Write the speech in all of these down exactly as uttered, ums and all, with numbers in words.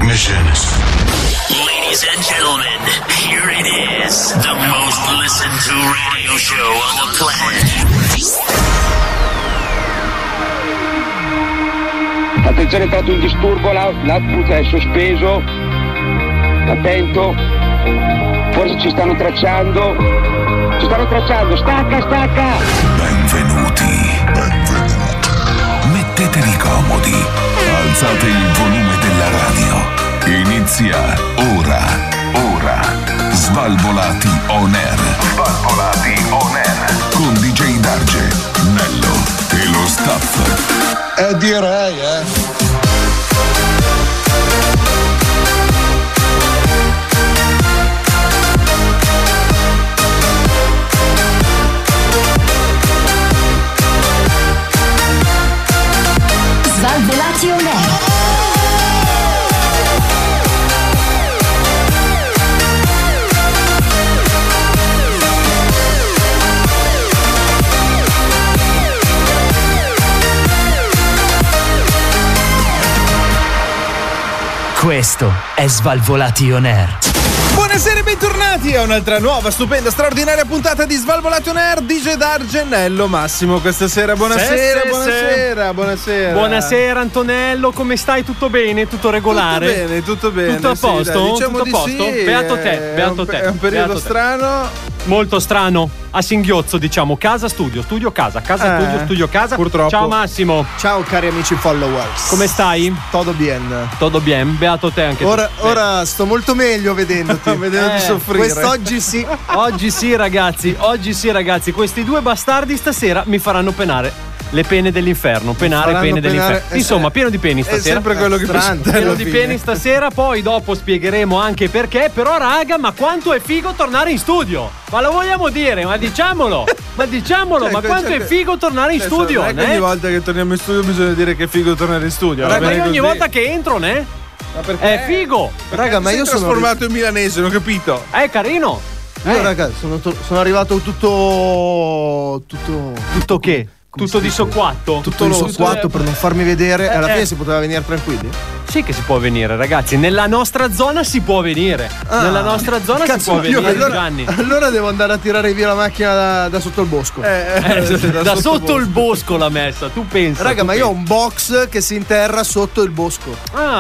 Ignition. Ladies and gentlemen, here it is, the most listened to radio show on the planet. Attenzione, è stato un disturbo, l'output è sospeso. Attento, forse ci stanno tracciando. Ci stanno tracciando, stacca, stacca! Benvenuti. Benvenuti. Mettetevi comodi. Alzate il volume della radio. Inizia ora. Ora. Svalvolati on air. Svalvolati on air. Con D J Darge, Nello e lo staff. Eh direi, eh. Svalvolati on air. Questo è Svalvolati on air. Buonasera e bentornati a un'altra nuova, stupenda, straordinaria puntata di Svalvolati on air. D J D'Argenello Massimo questa sera. Buonasera, se, buonasera, se. buonasera. Buonasera Antonello, come stai? Tutto bene? Tutto regolare? Tutto bene, tutto bene. Tutto a posto? Sì, dai, diciamo tutto di a posto? sì. Beato te, beato è un, te. È un periodo beato strano. Te. Molto strano. A singhiozzo, diciamo, casa studio, studio casa, casa eh, studio, studio casa. Purtroppo. Ciao Massimo. Ciao cari amici followers. Come stai? Todo bien. Todo bien, beato te anche ora, tu. Ora sto molto meglio vedendoti. Vedendoti eh, soffrire. Quest'oggi sì. Oggi sì ragazzi, oggi sì ragazzi. Questi due bastardi stasera mi faranno penare. Le pene dell'inferno, penare pene penare, dell'inferno. eh, Insomma, eh, pieno di peni stasera. È sempre quello che strano. Pieno di peni stasera, poi dopo spiegheremo anche perché. Però raga, ma quanto è figo tornare in studio? Ma lo vogliamo dire, ma diciamolo. Ma diciamolo, Cioè, ma quanto cioè, è figo tornare in cioè, studio, non è che né? ogni volta che torniamo in studio bisogna dire che è figo tornare in studio. Raga, va bene io ogni così. volta che entro, né? Ma perché? È figo. Raga, ma Sei io sono trasformato in milanese, non ho capito. È carino. Io Eh, raga, sono, to- sono arrivato tutto tutto tutto che? come Tutto si di dice? socquatto. tutto lo squatto per non farmi vedere e alla Eh, fine eh. si poteva venire tranquilli. Sì che si può venire, ragazzi. Nella nostra zona si può venire. Ah, Nella nostra zona cazzo, si può io venire, allora, Gianni. allora devo andare a tirare via la macchina da, da sotto il bosco. Eh, Eh, da, sotto sotto bosco. il bosco l'ha messa, tu pensa. Raga, tu ma io ho pensa. un box che si interra sotto il bosco.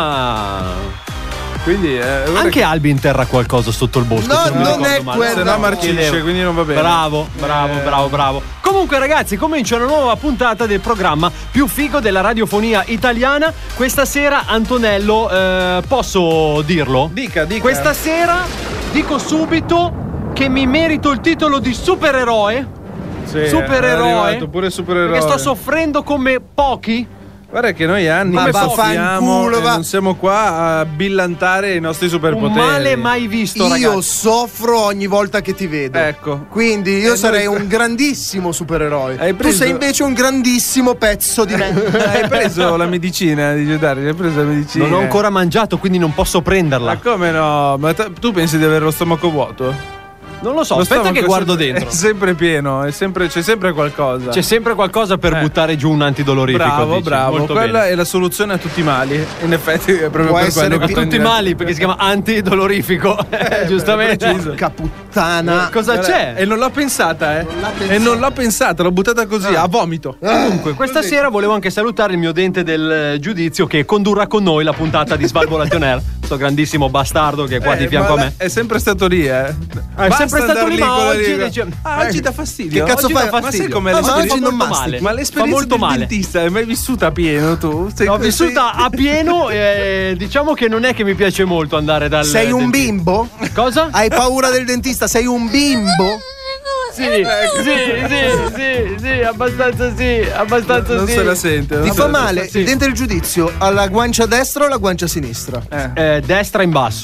Ah. Quindi eh, guarda Anche che- Albi interra qualcosa sotto il bosco. No, se mi non ricordo è male. quello. se no marcisce, Chiedevo. quindi non va bene. Bravo, bravo, Eh. bravo, bravo. Comunque, ragazzi, comincia una nuova puntata del programma più figo della radiofonia italiana. Questa sera, Antonello, eh, posso dirlo? Dica, dica. Questa sera dico subito che mi merito il titolo di supereroe. Sì, è supereroe. arrivato pure supereroe. Perché sto soffrendo come pochi. Guarda che noi anni Ma che vaffanculo, soffriamo e va. non siamo qua a billantare i nostri superpoteri. Un male mai visto, Io ragazzi. soffro ogni volta che ti vedo. Ecco. Quindi io Eh, sarei noi- un grandissimo supereroe. Hai Tu preso- sei invece un grandissimo pezzo di me. Hai preso la medicina, dice Dario, hai preso la medicina. Non ho ancora mangiato, quindi non posso prenderla. Ma come no? Ma t- tu pensi di avere lo stomaco vuoto? Non lo so, Lo aspetta stomaco che è guardo sempre- dentro. È sempre pieno, è sempre, c'è sempre qualcosa. C'è sempre qualcosa per Eh. buttare giù un antidolorifico. Bravo, dici. bravo. Molto Quella bene. è la soluzione a tutti i mali. In effetti è proprio Può per essere quello per che Tutti i prendi- mali, perché si chiama antidolorifico. Giustamente. Porca puttana. Cosa Guarda, c'è? E non l'ho pensata, eh. l'ha pensata. E non l'ho pensata, l'ho buttata così, a vomito. Comunque, questa sera volevo anche salutare il mio dente del eh, giudizio che condurrà con noi la puntata di Svalvolation Air. Sto grandissimo bastardo che è qua Eh, di fianco a ma me. È sempre stato lì, eh. È sempre stato lì, ma con la oggi lingua. dice- Ah, oggi Eh, dà fastidio. che cazzo Oggi fai? dà fastidio. Ma sai come Ah, ma l'esperienza- oggi non molto masti. male. Ma Fa l'esperienza molto del male. dentista l'hai mai vissuta a pieno tu? Sei- L'ho sei- vissuta a pieno e diciamo che non è che mi piace molto andare dal Sei un dentista. bimbo? Cosa? Hai paura del dentista? Sei un bimbo? Sì, sì, sì, sì, sì, abbastanza sì, abbastanza Non sì. se la sente. non Ti se fa la male sì. il dente del giudizio alla guancia destra o alla guancia sinistra? sente. Eh. Eh, destra in basso.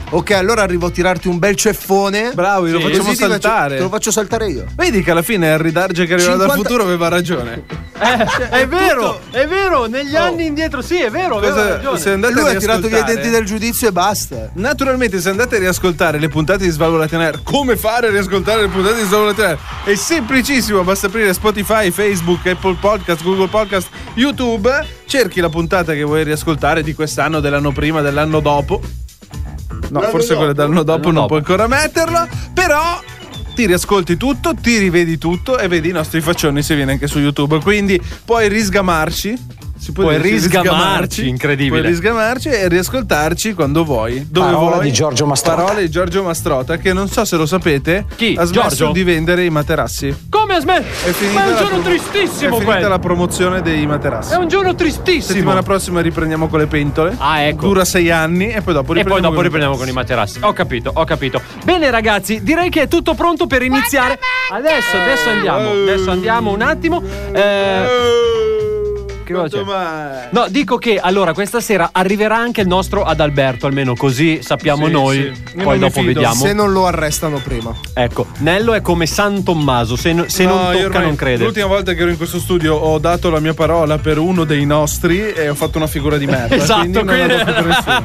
Ok, allora arrivo a tirarti un bel ceffone. Bravo, lo Sì. facciamo Così ti faccio- saltare. te lo faccio saltare io. Vedi che alla fine Harry Darge che arriva dal cinquanta futuro aveva ragione. Eh, è vero, è vero, negli Oh. anni indietro, sì, è vero, aveva Cosa- ragione. se andate Lui a ha tirato via i riascoltare- denti del giudizio e basta. Naturalmente, se andate a riascoltare le puntate di Svalvolation Air, come fare a riascoltare le puntate di Svalvolation Air? È semplicissimo, basta aprire Spotify, Facebook, Apple Podcast, Google Podcast, YouTube, cerchi la puntata che vuoi riascoltare di quest'anno, dell'anno prima, dell'anno dopo. No, L'anno forse dopo. quella dell'anno dopo L'anno non dopo. puoi ancora metterlo, però ti riascolti tutto, ti rivedi tutto e vedi i nostri faccioni se viene anche su YouTube. Quindi puoi risgamarci. Si può Puoi dire, risgamarci, incredibile. Puoi risgamarci e riascoltarci quando vuoi. Dove Parole vuoi. di Giorgio Mastrota. Parole di Giorgio Mastrota, che non so se lo sapete, Chi? ha smesso Giorgio? di vendere i materassi. Come ha smesso? È finita Ma è un la giorno promo- tristissimo È finita quello. la promozione dei materassi. È un giorno tristissimo. Settimana prossima riprendiamo con le pentole. Ah, ecco. Dura sei anni e poi dopo E riprendiamo poi dopo con i riprendiamo con i materassi. Ho capito, ho capito. Bene ragazzi, direi che è tutto pronto per iniziare. Adesso, adesso andiamo. Adesso andiamo un attimo. Eh, che cosa c'è? Quanto mai? No, dico che allora questa sera arriverà anche il nostro Adalberto, almeno così sappiamo Sì, noi. sì. Io non Poi mi dopo fido. vediamo. Se non lo arrestano prima. Ecco, Nello è come San Tommaso, se, no- se No, non io tocca ormai- non crede. L'ultima volta che ero in questo studio ho dato la mia parola per uno dei nostri e ho fatto una figura di merda. Esatto, quindi non quindi- ho dato per nessuno.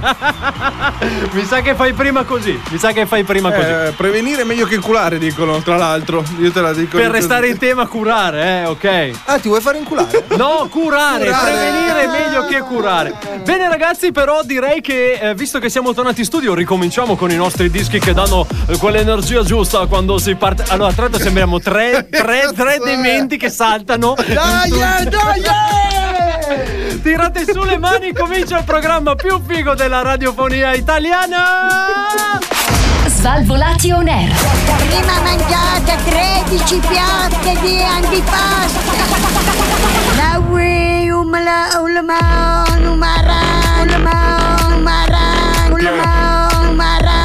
Mi sa che fai prima così. Mi sa che fai prima così. Eh, prevenire è meglio che curare, dicono, tra l'altro. Io te la dico. Per restare in tema, curare, eh, ok. Ah, ti vuoi fare inculare? No, curare, Curare. prevenire è meglio che curare. Bene ragazzi, però direi che eh, visto che siamo tornati in studio, ricominciamo con i nostri dischi che danno eh, quell'energia giusta quando si parte. Allora, tra l'altro sembriamo tre, tre, tre dementi che saltano. Dai, eh, dai, eh! Tirate su le mani, comincia il programma più figo della radiofonia italiana. Svalvolati on air. Prima mangiate tredici piatte di antipasto. La ui umla ulma numara ulma numara ulma numara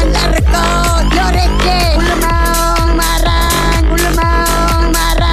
l'arco le orecchie ulma numara ulma numara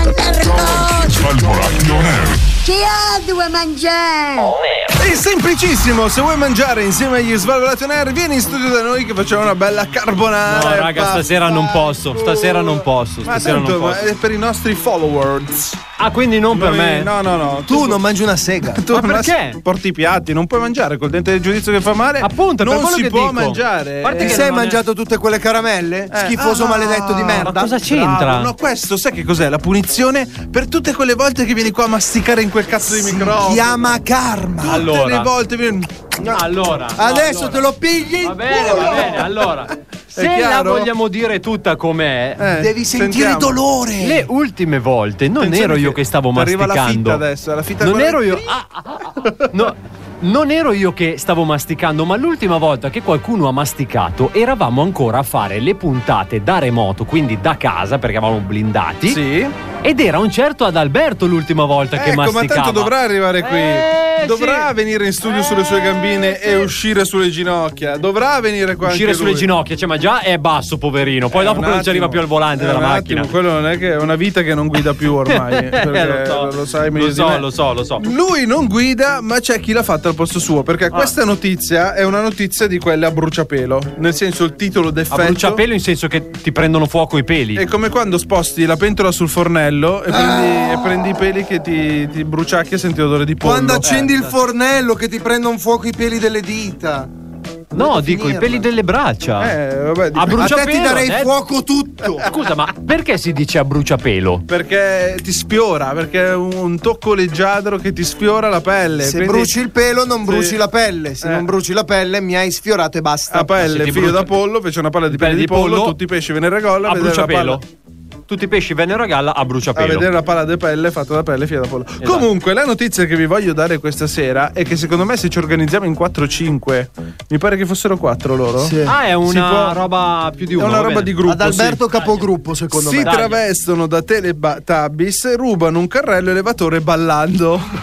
l'arco. Svalvolation Air. Chi ha due mangiare? È semplicissimo, se vuoi mangiare insieme agli Svalvolation Air, vieni in studio da noi che facciamo una bella carbonara. No, e raga, basta. stasera non posso. Stasera non posso. Ma Stasera tanto, non ma posso. è per i nostri followers. Ah, quindi non per Noi- me? No, no, no. Tu non mangi una sega. Tu Ma al perché? massimo porti i piatti, non puoi mangiare col dente del giudizio che fa male. Appunto, è per non quello si che può dico. mangiare. A parte Ti che sei non è- mangiato tutte quelle caramelle? Eh, Schifoso ah, maledetto di merda. Ma cosa c'entra? Bravo, no, questo sai che cos'è? La punizione per tutte quelle volte che vieni qua a masticare in quel cazzo di Si microfono. chiama karma. Tutte Allora. le volte vieni. Allora. Adesso allora. te lo pigli. in Va bene, culo. va bene. Allora, se la chiaro? vogliamo dire tutta com'è, Eh, Devi sentire sentiamo. dolore. le ultime volte non Attenzione ero io che che stavo ti arriva la masticando. fitta adesso, la fitta non quella ero che- io. ah, ah, ah, no, non ero io che stavo masticando, ma l'ultima volta che qualcuno ha masticato eravamo ancora a fare le puntate da remoto, quindi da casa, perché eravamo blindati. Sì. Ed era un certo Adalberto l'ultima volta che Ecco, ma masticava. tanto dovrà arrivare qui. Eh, dovrà sì. venire in studio Eh, sulle sue gambine sì. e uscire sulle ginocchia. Dovrà venire qua Uscire anche sulle lui. ginocchia, cioè, ma già è basso, poverino. Poi Eh, dopo un non ci arriva attimo. più al volante Eh, della un macchina. attimo, quello non è che è una vita che non guida più ormai. Eh, perché lo so, lo sai meglio lo di so, me. lo so, lo so. Lui non guida, ma c'è chi l'ha fatta al posto suo. Perché Ah. questa notizia è una notizia di quelle a bruciapelo. Nel senso, il titolo A d'effetto bruciapelo in senso che ti prendono fuoco i peli. è come quando sposti la pentola sul fornello e prendi, e prendi i peli che ti, ti bruciacchi e senti odore di pollo. Quando accendi Eh, il fornello che ti prendono fuoco i peli delle dita. No, Dovete dico i finirla. peli delle braccia. Eh, vabbè, A dipende. A bruciapelo. te ti darei eh. fuoco tutto. Scusa, ma perché si dice a bruciapelo? Perché ti sfiora, perché è un tocco leggiadro che ti sfiora la pelle. Se quindi- bruci il pelo non Sì. bruci la pelle. Se Eh. non bruci la pelle mi hai sfiorato e basta. A pelle, Se ti figlio brucia- da pollo, fece una palla di Pelle pelle di di pollo, pollo, tutti i pesci vennero a galla A vedere la bruciapelo. palla- Tutti i pesci vennero a galla a a bruciapelo. vedere la palla di pelle fatta da pelle figlio da pollo. Esatto. Comunque, la notizia che vi voglio dare questa sera è che secondo me se ci organizziamo in quattro cinque, mi pare che fossero quattro loro. Sì. Ah, è Si una può- roba più di È uno. una va roba bene. di gruppo. Ad Alberto sì. capogruppo, secondo Si me. Dai. travestono da Teletubbies, rubano un carrello elevatore ballando.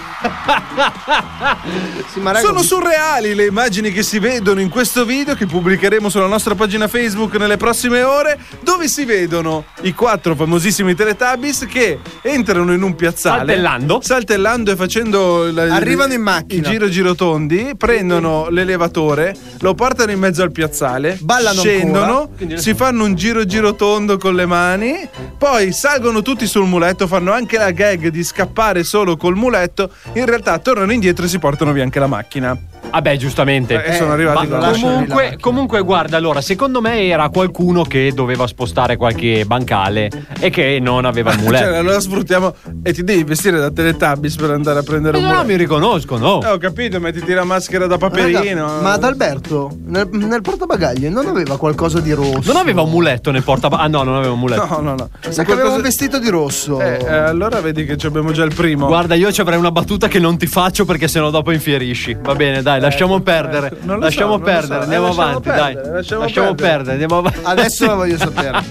Sì, ma raga, Sono surreali le immagini che si vedono in questo video che pubblicheremo sulla nostra pagina Facebook nelle prossime ore, dove si vedono i quattro famosissimi Teletubbies che entrano in un piazzale saltellando, saltellando e facendo la, arrivano in macchina, i giro girotondi, prendono l'elevatore, lo portano in mezzo al piazzale, ballano, scendono, ancora, si fanno un giro girotondo con le mani, poi salgono tutti sul muletto, fanno anche la gag di scappare solo col muletto, in realtà tornano indietro e si portano via anche la macchina. Ah beh, giustamente. Eh, sono arrivati Ma con la comunque, comunque, guarda, allora, secondo me era qualcuno che doveva spostare qualche bancale e che non aveva il muletto. Cioè, allora sfruttiamo e ti devi vestire da Teletubbies per andare a prendere Eh, un no, muletto. mi riconoscono. Eh, ho capito, mettiti la maschera da paperino. Raga, ma Adalberto nel, nel portabagagli non aveva qualcosa di rosso? Non aveva un muletto nel portabagagli. Ah no, non aveva un muletto. No, no, no. Sa che aveva un vestito di rosso. Eh, eh, allora vedi che ci abbiamo già il primo. Guarda, io ci avrei una battuta che non ti faccio perché sennò dopo infierisci. Va bene, dai, lasciamo perdere. non lo Lasciamo so, non lo perdere, so. andiamo Eh, lasciamo avanti, perdere, dai. lasciamo Lasciamo perdere. perdere, andiamo avanti. Adesso la voglio sapere.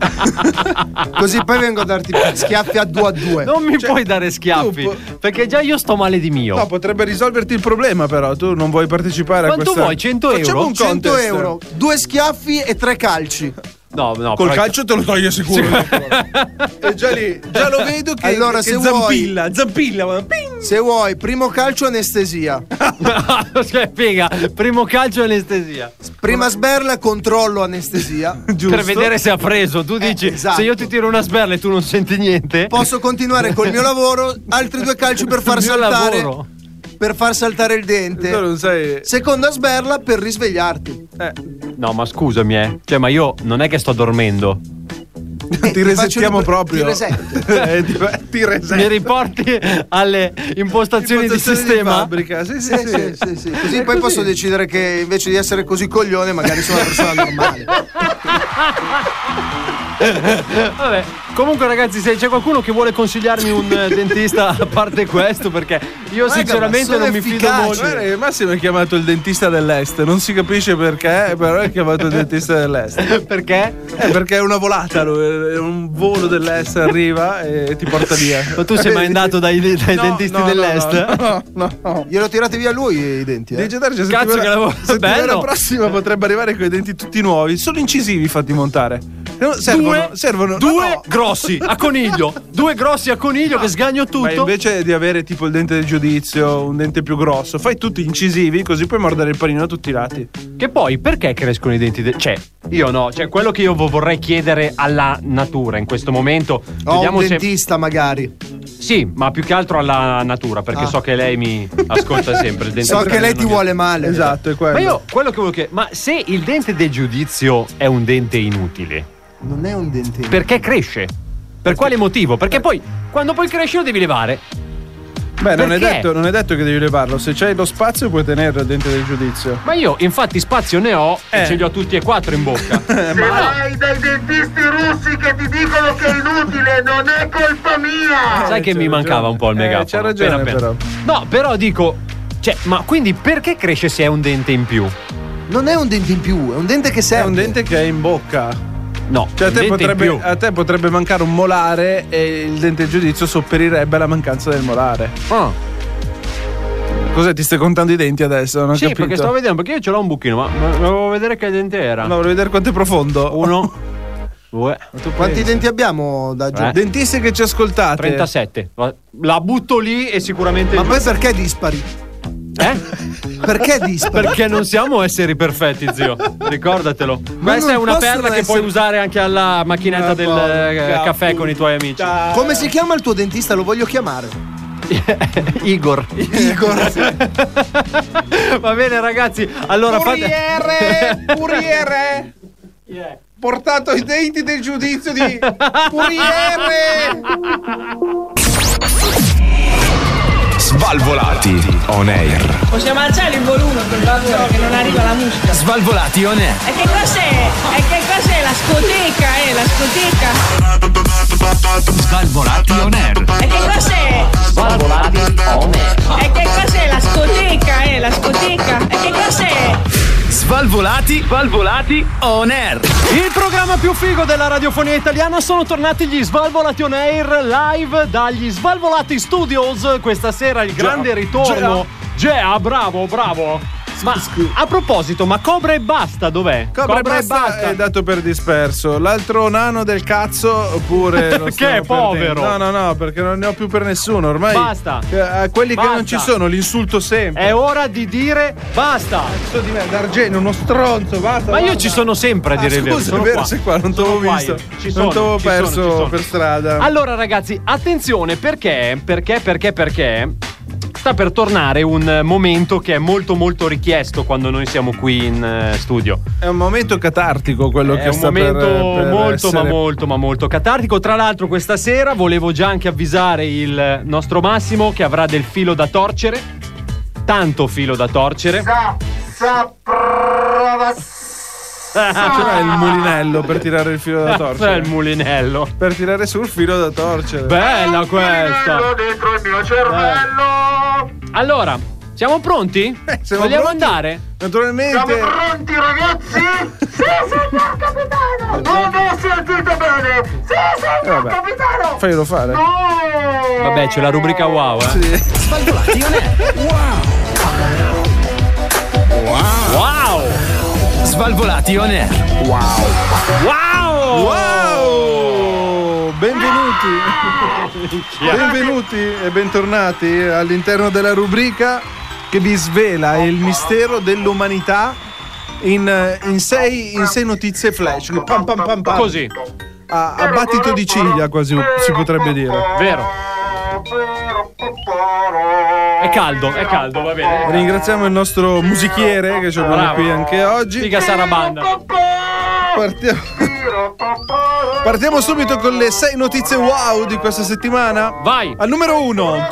Così poi vengo a darti schiaffi a due a due. Non mi puoi dare schiaffi, tu- perché già io sto male di mio. No, potrebbe risolverti il problema, però tu non vuoi partecipare Quanto a questa. vuoi? cento euro? Facciamo un cento contest. euro, due schiaffi e tre calci. No, no, Col però- calcio te lo toglie sicuro. E già lì, già lo vedo che, Allora, che se zampilla, zampilla, ma ping! Se vuoi, primo calcio anestesia. Cioè, figa, primo calcio anestesia. Prima sberla, controllo anestesia. Giusto. Per vedere se ha preso. Tu dici, esatto. se io ti tiro una sberla e tu non senti niente. Posso continuare col mio lavoro, altri due calci per far Il mio saltare lavoro. per far saltare il dente. Tu non sai. Seconda sberla per risvegliarti. Eh, No, ma scusami, eh. Cioè, ma io non è che sto dormendo. ti resettiamo faccio- proprio. ti resetto. Eh, ti, ti resetto. Mi riporti alle impostazioni di Impostazioni sistema. fabbrica. Sì, sì, Sì, sì. sì, sì, sì. Così poi posso decidere che invece di essere così coglione, magari sono una persona normale. Vabbè, comunque ragazzi, se c'è qualcuno che vuole consigliarmi un eh, dentista a parte questo, perché io Raga, sinceramente ma sono non mi fido efficaci. molto. Guarda che Massimo è chiamato il dentista dell'est, non si capisce perché, però è chiamato il dentista dell'est. Perché? Eh, perché è una volata, lui, è un volo dell'est arriva e ti porta via. Ma tu sei mai andato dai, dai No, dentisti no, no, dell'est? No, no, no. Glielo tirate via lui i denti, eh? Dice Darge, Cazzo settimana, che lavoro settimana bello. prossima potrebbe arrivare con i denti tutti nuovi, solo incisivi fatti montare. No, servono, Due, servono due no, no. grossi a coniglio. Due grossi a coniglio che sgagno Ma tutto. invece di avere tipo il dente del giudizio, un dente più grosso, fai tutti incisivi così puoi mordere il panino da tutti i lati. Che poi perché crescono i denti? De- cioè, io no, cioè quello che io vo- vorrei chiedere alla natura in questo momento. Ho vediamo un se. dentista magari. Sì, ma più che altro alla natura, perché Ah. so che lei mi ascolta sempre. Il dente So del che lei ti non mi- vuole male. Esatto, è quello. Ma io quello che volevo chiedere, ma se il dente del giudizio è un dente inutile, Non è un dente. perché cresce? Per quale motivo? Perché poi quando poi cresce lo devi levare. Beh, non è, perché? detto, non è detto che devi levarlo. Se c'hai lo spazio puoi tenere il dente del giudizio. Ma io infatti spazio ne ho e Eh. ce li ho tutti e quattro in bocca. Se vai dai dentisti russi che ti dicono che è inutile, non è colpa mia! Sai che c'ha mi ragione. mancava un po' il Eh, megafono. c'ha ragione, appena appena. però. No, però dico, cioè, ma quindi perché cresce se è un dente in più? Non è un dente in più, è un dente che È serve. un dente che è in bocca. No, Cioè a un te, dente in potrebbe, più. a te potrebbe mancare un molare e il dente del giudizio sopperirebbe alla mancanza del molare. Ah. Cos'è? Ti stai contando i denti adesso? Non ho Sì, capito. perché stavo vedendo, perché io ce l'ho un buchino, ma, ma volevo vedere che dente era. No, voglio vedere quanto è profondo. Uno, due, Quanti denti abbiamo da giù? Eh. Dentisti che ci ascoltate. trentasette. La butto lì e sicuramente. Ma poi perché dispari? Eh? Perché dispari? Perché non siamo esseri perfetti, zio. Ricordatelo. Questa è non una possono perla che essere- puoi usare anche alla macchinetta Ma del porca eh, caffè con i tuoi amici. Come si chiama il tuo dentista? Lo voglio chiamare. Igor. Igor. Va bene, ragazzi. Allora Puriere! Puriere! Portato i denti del giudizio di Puriere! Svalvolati on air. Possiamo alzare il volume per favore che non arriva la musica. Svalvolati on air. E che cos'è? E che cos'è la scoteca, eh? La scoteca? Svalvolati on air. E che cos'è? Svalvolati on air. E che cos'è la scoteca, eh? La scoteca? E che cos'è? Svalvolati, Svalvolati on air. Il programma più figo della radiofonia italiana, sono tornati gli Svalvolati on air live dagli Svalvolati Studios. Questa sera il grande ritorno. Gea, bravo, bravo. Ma a proposito, ma Cobra e Basta dov'è? Cobra, Cobra e Basta, basta è dato per disperso. L'altro nano del cazzo oppure lo che è povero. Perdendo. No, no, no, perché non ne ho più per nessuno. Ormai basta. A quelli basta. Che non ci sono l'insulto sempre. È ora di dire basta. Cazzo di me, D'Argenio, uno stronzo, basta. Ma basta. io ci sono sempre a dire ah, il vero. Scusa, è vero, qua. Sei qua, non ti avevo visto. Ci sono, non ti avevo perso sono, ci sono. per strada. Allora, ragazzi, attenzione, perché? Perché, perché, perché sta per tornare un momento che è molto molto richiesto quando noi siamo qui in studio. È un momento catartico quello è che sta per È un momento molto essere... ma molto ma molto catartico. Tra l'altro questa sera volevo già anche avvisare il nostro Massimo che avrà del filo da torcere. Tanto filo da torcere. Sa, sa, prova, c'è il mulinello per tirare il filo da torcere. C'è il mulinello per tirare sul filo da torcere. Bella questa. Dentro il mio cervello. Allora, siamo pronti? Eh, siamo Vogliamo pronti? andare? Naturalmente. Siamo pronti, ragazzi? Sì, signor capitano. Non ho sentito bene. Sì, signor eh, capitano. Faglielo fare. No. Vabbè, c'è la rubrica wow, eh. Sì. Svalvolati on air. Wow. Wow. Wow. Svalvolati on air. Wow. Wow. Wow. Benvenuti. Benvenuti e bentornati all'interno della rubrica che vi svela il mistero dell'umanità in, in, sei, in sei notizie flash. Pam, pam, pam, pam. Così. A, a battito di ciglia quasi si potrebbe dire. Vero. È caldo, è caldo, va bene. Ringraziamo il nostro musichiere che ci abbiamo Bravo. qui anche oggi. Figa sarabanda. Partiamo. Partiamo subito con le sei notizie wow di questa settimana. Vai. Al numero uno.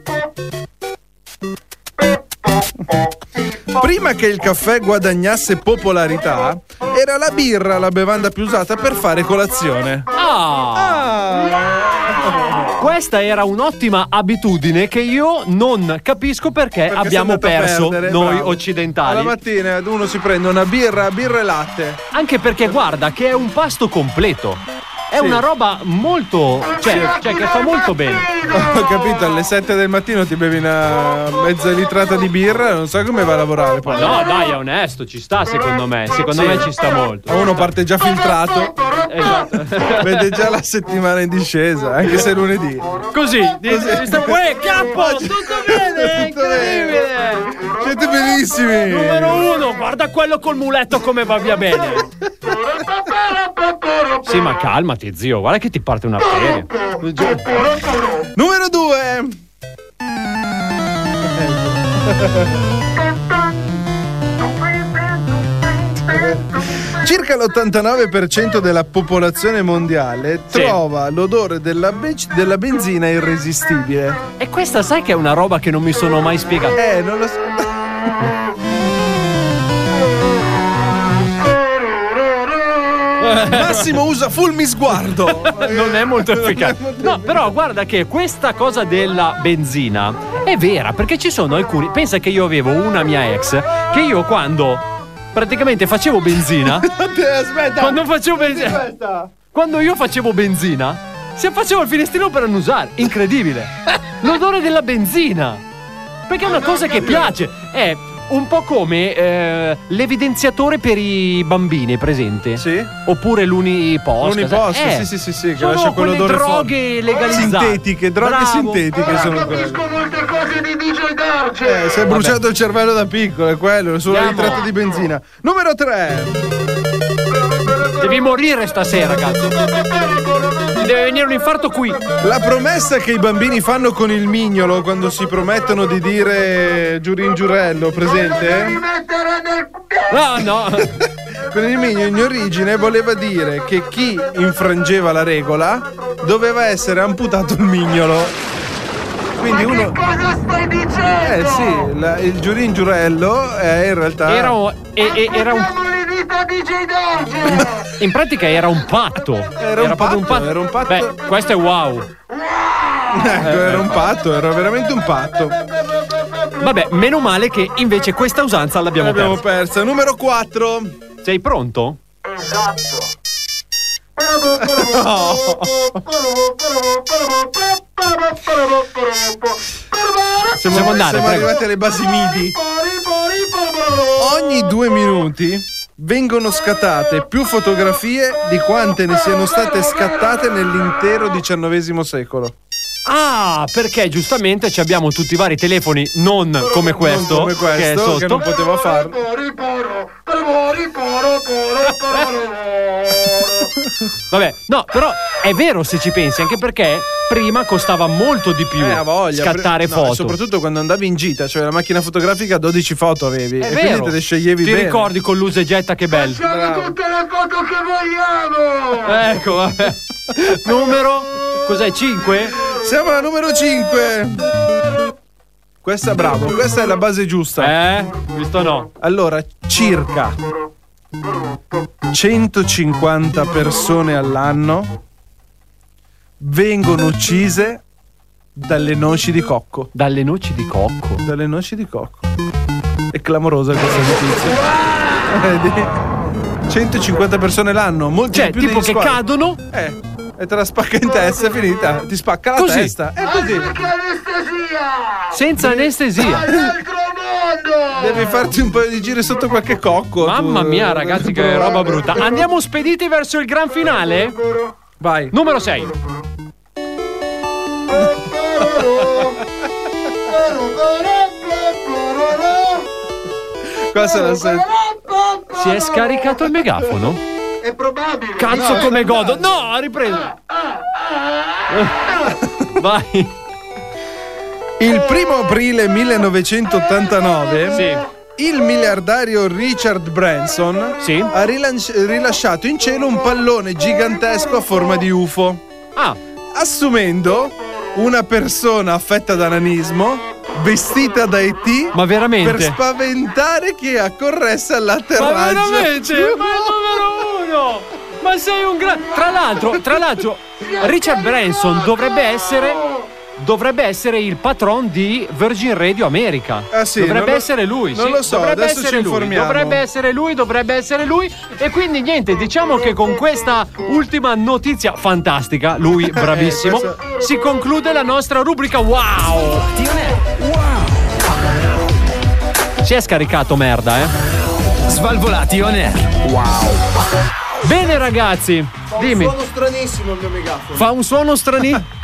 Prima che il caffè guadagnasse popolarità, era la birra la bevanda più usata per fare colazione. Ah. Ah. Questa era un'ottima abitudine che io non capisco perché, Perché abbiamo sei andato a perso perdere, noi bravo. occidentali. Alla mattina uno si prende una birra, birra e latte. Anche perché guarda che è un pasto completo. È Sì. una roba molto. Cioè, cioè che fa molto bene. Ho capito, alle sette del mattino ti bevi una mezza litrata di birra, non so come va a lavorare poi. No, dai, è onesto, ci sta secondo me. Secondo Sì. me ci sta molto. Uno parte già filtrato, Esatto. vede già la settimana in discesa, anche se è lunedì. Così, ci sta. Uè, capo! Tutto bene! Tutto bene. Incredibile! Siete benissimi. Numero uno, guarda quello col muletto come va via bene. Sì, ma calmati, zio, guarda che ti parte una ferie. Numero due. Circa l'ottantanove per cento della popolazione mondiale Sì. trova l'odore della, be- della benzina irresistibile. E questa sai che è una roba che non mi sono mai spiegato. Eh, non lo so. Massimo usa fulmisguardo. Non è molto efficace. No, però guarda che questa cosa della benzina è vera, perché ci sono alcuni. Pensa che io avevo una mia ex che io quando praticamente facevo benzina. Aspetta. Quando facevo benzina. Aspetta. Quando io facevo benzina, si faceva il finestrino per annusare. Incredibile. L'odore della benzina. Perché è una cosa che piace. È un po' come eh, l'evidenziatore per i bambini, presente? Sì. Oppure l'unipost. L'unipost, eh, sì, sì, sì, sì, che sono lascia quelle quell'odore droghe forte. legalizzate. Sintetiche, droghe Bravo. sintetiche sono quelle. Capisco molte cose di D J Darge. Eh, si è bruciato il cervello da piccolo, è quello, solo Andiamo. ritratto di benzina. Numero tre. Devi morire stasera, cazzo. Ti deve venire un infarto qui. La promessa che i bambini fanno con il mignolo quando si promettono di dire giurin giurello, presente? No, no. Con il mignolo in origine voleva dire che chi infrangeva la regola doveva essere amputato il mignolo. Quindi uno. Cosa stai dicendo? Eh sì, la- il giurin giurello è in realtà. Era un, e- e- era un Aspettiamo le dita D J Darge. in pratica era un patto. Era un proprio patto, era un patto. Beh, questo è wow. Ecco, era un patto, era veramente un patto. Vabbè, meno male che invece questa usanza l'abbiamo, L'abbiamo persa. persa. Numero quattro. Sei pronto? Esatto. Siamo, Possiamo andare, siamo prego. arrivati alle basi midi. Ogni due minuti vengono scattate più fotografie di quante ne siano state scattate nell'intero diciannovesimo secolo. Ah, perché giustamente ci abbiamo tutti i vari telefoni, non come questo, Non come questo, che è sotto. che non poteva farlo. Vabbè, no, però è vero se ci pensi, anche perché prima costava molto di più Eh, ha voglia. scattare No, foto. soprattutto quando andavi in gita, cioè la macchina fotografica dodici foto avevi. È e vero. quindi te le sceglievi Ti bene. ricordi con l'usa e getta che bello? Facciamo tutte le foto che vogliamo. Ecco, vabbè. Numero cos'è? cinque? Siamo alla numero cinque. Questa bravo, questa è la base giusta. Eh? Visto no. Allora, circa centocinquanta persone all'anno vengono uccise dalle noci di cocco. Dalle noci di cocco? Dalle noci di cocco. È clamorosa questa notizia. Vedi? centocinquanta persone l'anno, molti Cioè, di più tipo degli che squali. cadono? Eh, e te la spacca in testa, è finita. Ti spacca la Così. testa. È così. Anche anestesia. Senza anestesia. All'altro mondo. Devi farti un paio di giri sotto qualche cocco. Mamma tu. mia, ragazzi, che roba brutta. Andiamo spediti verso il gran finale? Vai. Numero sei. Qua se la senti. Si è scaricato il megafono? È probabile. Cazzo, No, come godo. No, ha ripreso. Vai. Il primo aprile millenovecentottantanove Sì. il miliardario Richard Branson Sì. ha rilanci- rilasciato in cielo un pallone gigantesco a forma di U F O, Ah, assumendo una persona affetta da nanismo vestita da E T ma veramente? per spaventare chi accorresse Ma all'atterraggio. veramente? Ma il numero uno! Ma sei un gran... Tra l'altro, tra l'altro, Richard Branson dovrebbe essere... Dovrebbe essere il patron di Virgin Radio America. Ah, sì, dovrebbe non lo- essere lui. non sì. lo so, dovrebbe adesso essere ci lui. informiamo. Dovrebbe essere lui, dovrebbe essere lui. E quindi niente, diciamo che con questa ultima notizia fantastica, lui bravissimo, questo- si conclude la nostra rubrica Wow! Si è scaricato merda, eh? Svalvolati on air. Bene ragazzi, dimmi. Suono stranissimo il mio megafono. Fa un suono stranissimo.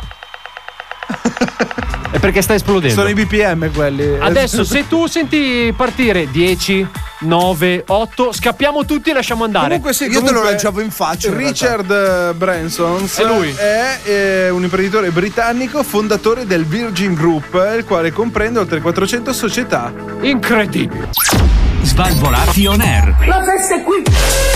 È perché sta esplodendo. Sono i B P M quelli. Adesso se tu senti partire dieci, nove, otto, scappiamo tutti e lasciamo andare. Comunque sì, Io te lo comunque lanciavo in faccia. in Richard eh, Branson È lui. è eh, un imprenditore britannico, fondatore del Virgin Group, il quale comprende oltre quattrocento società. Incredibile. Svalvolati on air. La festa è qui.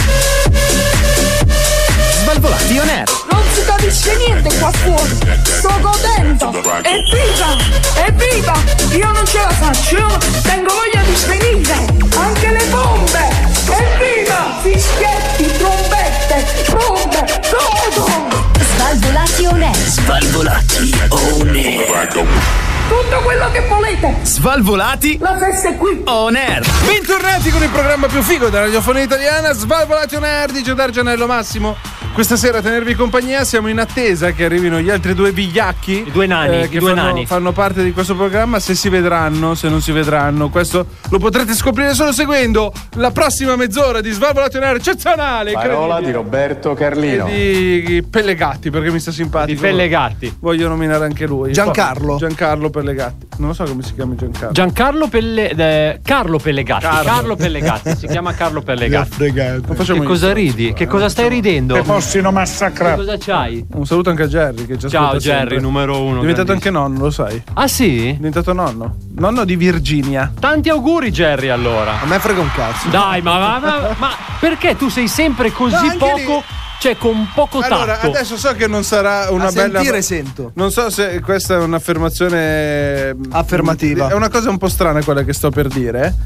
Svalvolati on air. Non si capisce niente qua fuori. Sto godendo. Evviva! Evviva! Io non ce la faccio. Io tengo voglia di svenire. Anche le bombe. Evviva! Fischietti, trombette, trombe, todo. Svalvolati on air. Svalvolati on air. Tutto quello che volete. Svalvolati La festa è qui. on air. Bentornati con il programma più figo della radiofonia italiana, Svalvolati on air di Giordano Gianello Massimo. Questa sera a tenervi compagnia siamo in attesa che arrivino gli altri due vigliacchi. I due nani, eh, i che due fanno, nani. fanno parte di questo programma. Se si vedranno, se non si vedranno, questo lo potrete scoprire solo seguendo la prossima mezz'ora di Svalvolati on air eccezionale. Parola di Roberto Carlino. E di Pellegatti, perché mi sta simpatico. Di Pellegatti. Voglio nominare anche lui. Giancarlo. Giancarlo Pellegatti. Non lo so come si chiama Giancarlo. Giancarlo Pelle... eh, Carlo Pellegatti. Carlo. Carlo, Pellegatti. Si chiama Carlo Pellegatti. Non facciamo Che cosa ridi? Che cosa stai ridendo? Possino massacrare. Che cosa c'hai? Un saluto anche a Jerry che ci Ciao ascolta Jerry, sempre. numero uno. È diventato grandissimo. anche nonno, lo sai? È Ah sì? diventato nonno. Nonno di Virginia. Tanti auguri Jerry allora. A me frega un cazzo. Dai, ma, ma, ma, ma perché tu sei sempre così No, anche poco, lì- cioè con poco tatto? Allora, adesso so che non sarà una A bella. sentire sento. Non so se questa è un'affermazione Affermativa. È una cosa un po' strana quella che sto per dire.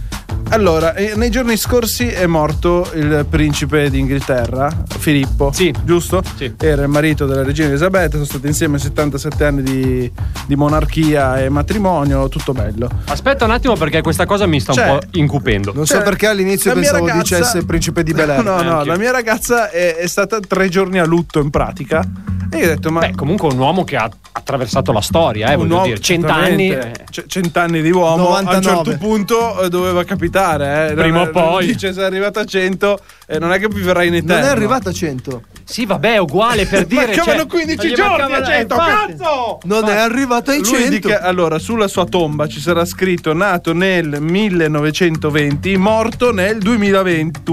Allora, eh, nei giorni scorsi è morto il principe d'Inghilterra, Filippo. Sì. Giusto? Sì. Era il marito della regina Elisabetta, sono stati insieme settantasette anni di, di monarchia e matrimonio, tutto bello. Aspetta un attimo perché questa cosa mi sta Cioè, un po' incupendo. Non so Cioè, perché all'inizio la mia pensavo ragazza- dicesse principe di Bel Air. No, no, anche. la mia ragazza è, è stata tre giorni a lutto in pratica. E io ho detto, ma Beh, comunque un uomo che ha attraversato la storia, eh, un voglio uomo- dire, cent'anni. certamente, c- cent'anni di uomo a un novantanove. certo punto eh, doveva capitare, eh. Prima Non- o poi. Dice, sei arrivata a cento e non è che viverai in eterno. Non è arrivato a cento. Sì, vabbè, è uguale per dire. Mancavano cioè, quindici gli giorni mancavano- a cento, eh, infatti. cazzo! Non è arrivato ai Lui cento. dica- allora, sulla sua tomba ci sarà scritto nato nel millenovecentoventi, morto nel duemilaventi.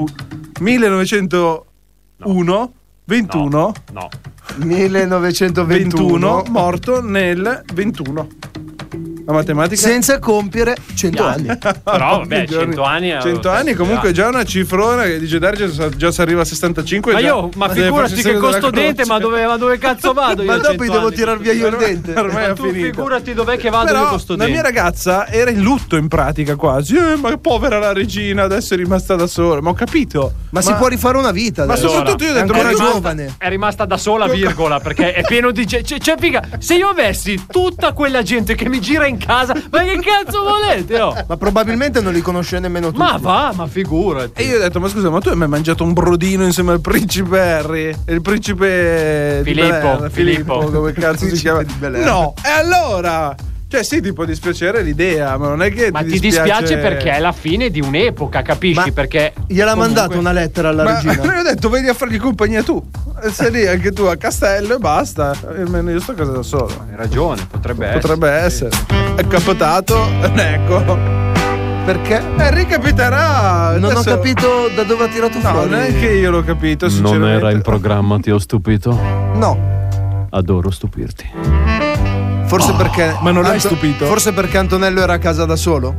millenovecentouno, ventuno, No. millenovecentoventuno, ventuno, morto nel ventuno. La matematica senza compiere cento anni. Però vabbè, cento anni è- cento anni comunque è già una cifrona che dice Darge sa- già si arriva a sessantacinque. Ma già io, ma deve figurati farsi che il segno costo della dente, croce. ma dove, ma dove cazzo vado io? Ma a dopo cento gli devo anni? tirar via io il dente. Ormai Ma è tu finito. figurati dov'è che vado io Però con sto la dente. mia ragazza era in lutto in pratica quasi. Eh, ma povera la regina, adesso è rimasta da sola. Ma ho capito. Ma, si può rifare una vita. Ma adesso. soprattutto io ho È detto, ancora ma rimasta- giovane. È rimasta da sola, virgola, perché è pieno di gente. Cioè, cioè, figa, se io avessi tutta quella gente che mi gira in casa, ma che cazzo volete? Oh? Ma probabilmente non li conosce nemmeno tu. Ma va, ma figurati. E io ho detto, ma scusa, ma tu hai mai mangiato un brodino insieme al principe Harry? Il principe di Filippo, Bel Air, Filippo. come cazzo si chiama? di Bel Air. No, e allora? Cioè sì, ti può dispiacere l'idea, ma non è che Ma ti ti dispiace... dispiace perché è la fine di un'epoca, capisci? Ma perché Gliel'ha comunque- mandato una lettera alla Ma regina. io ho detto, vedi a fargli compagnia tu. E sei lì anche tu a Castello e basta. E almeno io sto a casa da solo. Hai ragione, potrebbe essere. Potrebbe essere. È capitato, ecco. Perché? Eh, ricapiterà. Non ho Adesso- capito da dove ha tirato No, fuori. neanche io l'ho capito, Non sinceramente. era in programma, ti ho stupito. No. Adoro stupirti. Forse perché. ma non l'hai Anto- stupito? Forse perché Antonello era a casa da solo?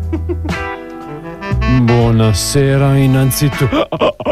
Buonasera, innanzitutto.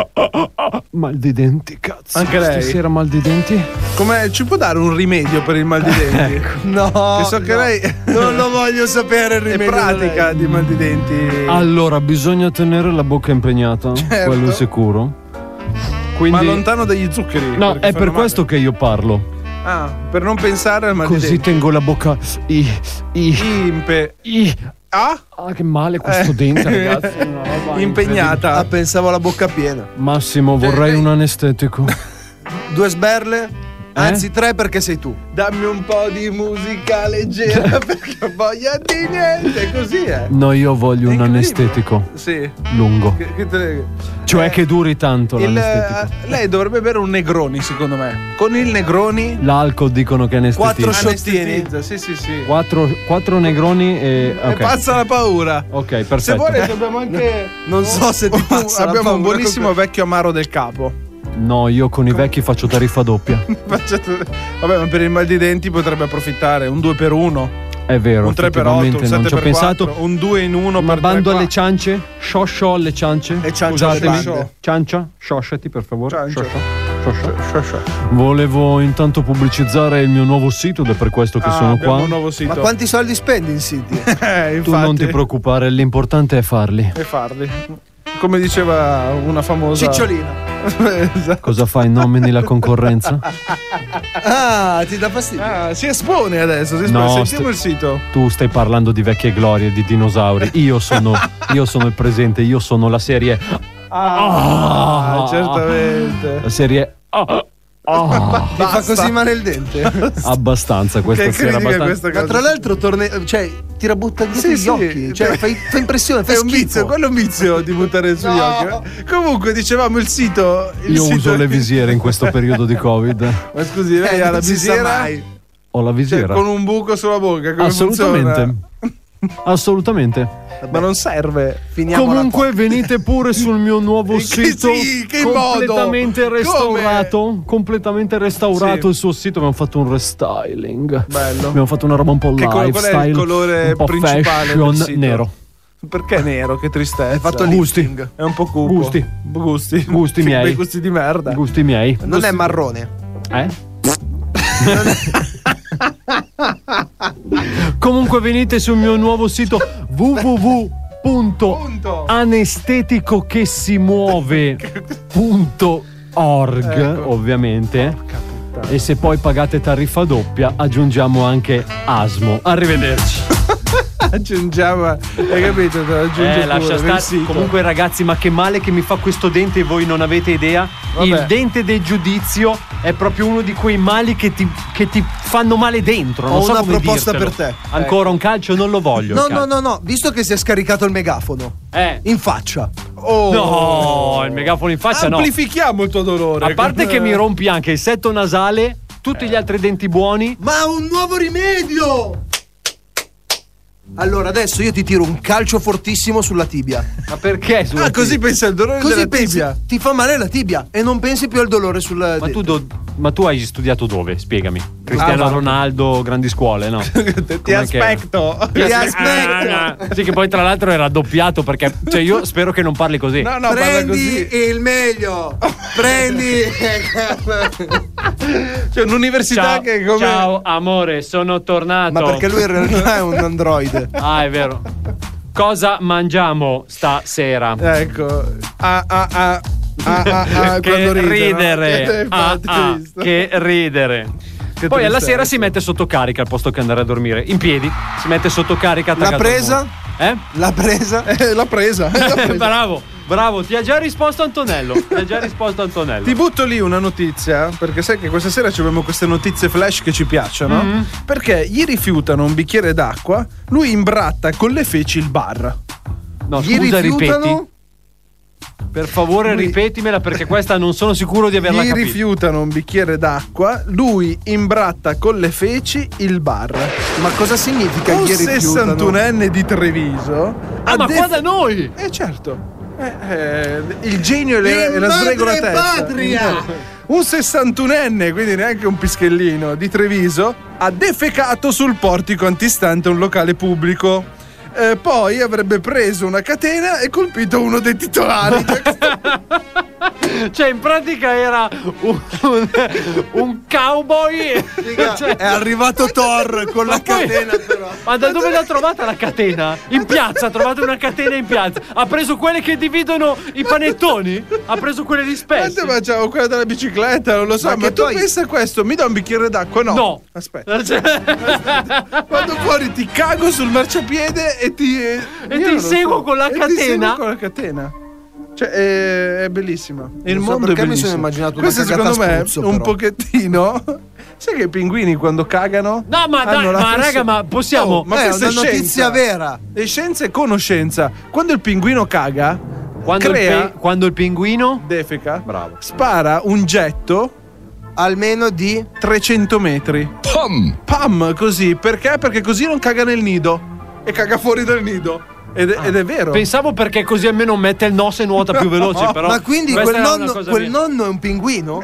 Mal di denti, cazzo. Anche lei? Stasera mal di denti? Come ci può dare un rimedio per il mal di denti? No. Che so che no. lei Non lo voglio sapere il è rimedio. pratica lei. di mal di denti. Allora, bisogna tenere la bocca impegnata, Certo. quello è sicuro. Quindi... Ma lontano dagli zuccheri. No, perché è per fanno questo che io parlo. male. Ah, per non pensare al mal di Così denti. tengo la bocca. I, i, Impe. i. Ah? Ah, che male questo Eh. dente, ragazzi. No, vai, Impegnata. Ah, pensavo alla bocca piena. Massimo, vorrei lei- un anestetico. Due sberle? Anzi, tre perché sei tu. Dammi un po' di musica leggera perché ho voglia di niente. Così è. No, io voglio È un incredibile. anestetico Sì. lungo. Che- che te- Cioè Eh, che duri tanto il- l'anestetico. lei dovrebbe bere un Negroni, secondo me. Con il Negroni L'alcol dicono che Quattro anestetizza. sciottini. anestetizza. Sì, sì, sì. Quattro, quattro negroni e. E Ok, pazza la paura. ok, Se perfetto. vuole abbiamo anche. Non so se ti passa la Abbiamo un paura buonissimo con- vecchio amaro del capo. No, io con i vecchi faccio tariffa doppia. Facciate- Vabbè, ma per il mal di denti potrebbe approfittare. Un due per uno, È vero, un tre per otto, un effettivamente non sette ci ho per pensato. quattro, un due in uno Ma per bando tre alle qua. ciance, scioscio alle ciance. E ciancia alle Scusatemi. bande. Ciancia, sciosciati per favore. Ciancia. Scioscia. Scioscia. Volevo intanto pubblicizzare il mio nuovo sito ed è per questo che Ah, sono abbiamo qua. un nuovo sito. Ma quanti soldi spendi in siti? Eh, Tu non ti infatti. preoccupare, l'importante è farli. E farli. Come diceva una famosa. Cicciolina. Esatto. Cosa fai? Nomini la concorrenza? Ah, ti dà fastidio. Ah, si espone adesso. Si espone. No, Sentiamo st- il sito. Tu stai parlando di vecchie glorie, di dinosauri. Io sono, io sono il presente, io sono la serie. Ah, Ah. certamente. La serie. Ah, ah, Ti fa così male il dente? abbastanza questa Che sera. critica Abbastanza. questa cosa? Ma tra l'altro torne, cioè, ti rabutta dietro Sì, gli sì. occhi. Cioè, fai, fa impressione, fai È un schifo. vizio, quello è un vizio di buttare sugli No. occhi. Comunque, dicevamo il sito. Il Io sito- uso le visiere in questo periodo di Covid. Ma scusi, lei Eh, ha la non si sa visiera mai. Ho la cioè, visiera. con un buco sulla bocca. Come Assolutamente. funziona? Assolutamente. Ma non serve. Finiamo Comunque la venite pure sul mio nuovo In che sito sì, che modo? completamente Come? restaurato. Completamente restaurato Sì. il suo sito. Abbiamo fatto un restyling. Bello. Abbiamo fatto una roba un po' Che colo- qual è il lifestyle, colore un po' principale fashion, del sito? nero. Perché nero? Che tristezza. Hai fatto Gusti. lifting. È un po' cupo. Gusti. Gusti. Gusti Sì, miei. bei gusti di merda. Gusti miei. Non è marrone. Eh? Comunque venite sul mio nuovo sito w w w punto anestetico che si muove punto org, ecco. Ovviamente. E se poi pagate tariffa doppia aggiungiamo anche Asmo. Arrivederci. Aggiungiamo, hai capito? Aggiunge eh, lascia stare. Comunque, ragazzi, ma che male che mi fa questo dente e voi non avete idea. Vabbè. Il dente del giudizio è proprio uno di quei mali che ti, che ti fanno male dentro. Non Ho so una come proposta dirtelo. per te. Ancora ecco. un calcio? Non lo voglio. No, no, no, no. Visto che si è scaricato il megafono eh. in faccia. Oh. No, il megafono in faccia no. Amplifichiamo il tuo dolore. A parte che mi rompi anche il setto nasale, tutti gli altri denti buoni. Ma un nuovo rimedio! Allora adesso io ti tiro un calcio fortissimo sulla tibia. Ma perché? Ah, così pensi al dolore così della pensi, tibia? Ti fa male la tibia e non pensi più al dolore sulla. Ma tu, do, ma tu hai studiato dove? Spiegami. Cristiano ah, Ronaldo, grandi scuole, no? Ti aspetto. Ti aspetto. Ah, no. Sì, che poi tra l'altro era doppiato perché. Cioè, io spero che non parli così. No, no, prendi il meglio. Prendi. C'è un'università ciao, che come. Ciao, amore, sono tornato. Ma perché lui in realtà è un androide. Ah, è vero. Cosa mangiamo stasera? Ecco. Ah, ah, ah. Ah, ah, ah, che ride, ridere. no? Ah, ah, che ridere. Che poi alla sera si mette sotto carica al posto che andare a dormire. In piedi. Si mette sotto carica. L'ha presa? Eh? L'ha presa? Eh, l'ha presa. L'ha presa. Bravo, bravo. Ti ha già risposto Antonello. Ti ha già risposto Antonello. Ti butto lì una notizia, perché sai che questa sera abbiamo queste notizie flash che ci piacciono. Mm-hmm. Perché gli rifiutano un bicchiere d'acqua, lui imbratta con le feci il bar. No, gli scusa, rifiutano? ripeti. Per favore lui... ripetimela perché questa non sono sicuro di averla gli capita. Gli rifiutano un bicchiere d'acqua, lui imbratta con le feci il bar. Ma cosa significa un gli rifiutano? sessantunenne di Treviso. Ah, ma def- qua da noi! Eh certo. Eh, eh, il genio e, le, e la sregolatezza. Patria! Un sessantunenne, quindi neanche un pischellino, di Treviso ha defecato sul portico antistante un locale pubblico. Eh, poi avrebbe preso una catena e colpito uno dei titolari. Cioè, in pratica era un, un, un cowboy. Figa, cioè, è arrivato Thor con la poi, catena, però. Ma da dove l'ha trovata la catena? In piazza, ha trovato una catena in piazza. Ha preso quelle che dividono i panettoni? Ha preso quelle di spessi? Ma facciamo quella della bicicletta, non lo so. Ma, ma tu poi... pensa a questo? Mi dà un bicchiere d'acqua? No. No. Aspetta. Aspetta. Vado fuori, ti cago sul marciapiede e ti. E ti inseguo so. con la e catena. Ti inseguo con la catena. Cioè, è, è bellissima. Il non mondo so è bellissimo. Mi sono immaginato questo una secondo me spruzzo, un però. pochettino. Sai che i pinguini quando cagano? No, ma dai, ma pressione... raga, ma possiamo. Oh, ma è questa una è notizia scienza. vera. E scienza e conoscenza. Quando il pinguino caga, quando, crea, il, pe- quando il pinguino defeca, bravo, spara un getto almeno di trecento metri. Pam! Pam, così. Perché? Perché così non caga nel nido. E caga fuori dal nido. Ed è, ah, ed è vero. Pensavo perché così almeno mette il nos e nuota più veloce. Però ma quindi quel, nonno, quel nonno è un pinguino?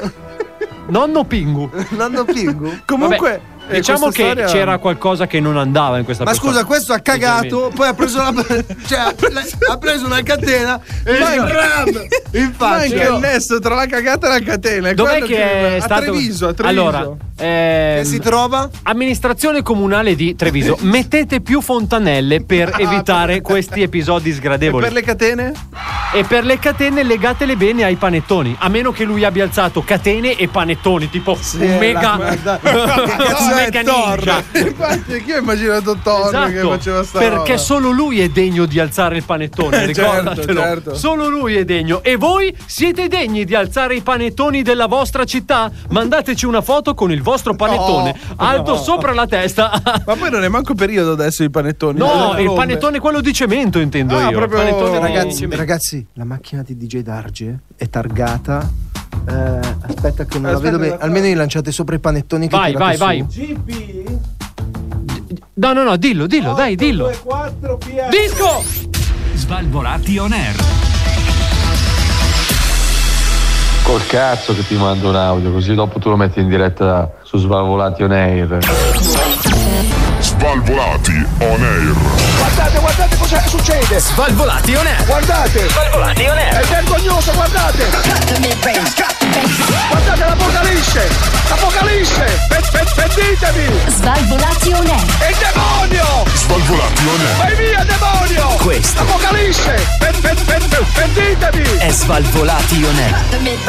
Nonno Pingu. Nonno Pingu? Comunque vabbè, diciamo che storia... c'era qualcosa che non andava in questa ma persona. Ma scusa, questo ha cagato, poi ha preso la cioè ha preso una catena e manca in faccia. Manca il nesso tra la cagata e la catena. Dov'è che è a stato Treviso, a Treviso. Allora, ehm, che si trova? Amministrazione comunale di Treviso. Mettete più fontanelle per ah, evitare per... questi episodi sgradevoli. E per le catene? E per le catene legatele bene ai panettoni. A meno che lui abbia alzato catene e panettoni, tipo sì, un mega un mega ninja. Infatti io ho immaginato Thor esatto, che faceva sta perché roba. Solo lui è degno di alzare il panettone, ricordatelo. Certo, certo. Solo lui è degno. E voi siete degni di alzare i panettoni della vostra città? Mandateci una foto con il vostro panettone no, alto no. sopra la testa. Ma poi non è manco periodo adesso i panettoni. No, il panettone quello di cemento intendo ah, io. Proprio... Panettone ragazzi, ragazzi, la macchina di D J Darge è targata. Eh, aspetta che non aspetta, la vedo bene. Almeno li lanciate sopra i panettoni che vai, vai, su. vai. G P No, no, no, dillo, dillo, dai, dillo. due, quattro, P R. Disco! Svalvolati on air. Col cazzo che ti mando un audio, così dopo tu lo metti in diretta su Svalvolati on air. Svalvolati on air. Guardate, guardate cosa succede. Svalvolati on air. Guardate. Svalvolati on air. È vergognoso, guardate. Guardate l'apocalisse. L'apocalisse. Pentitevi. Svalvolati on air. È il demonio. Svalvolati on air. Vai via, demonio. Questo Apocalisse! Pentitevi! è Svalvolati On Air.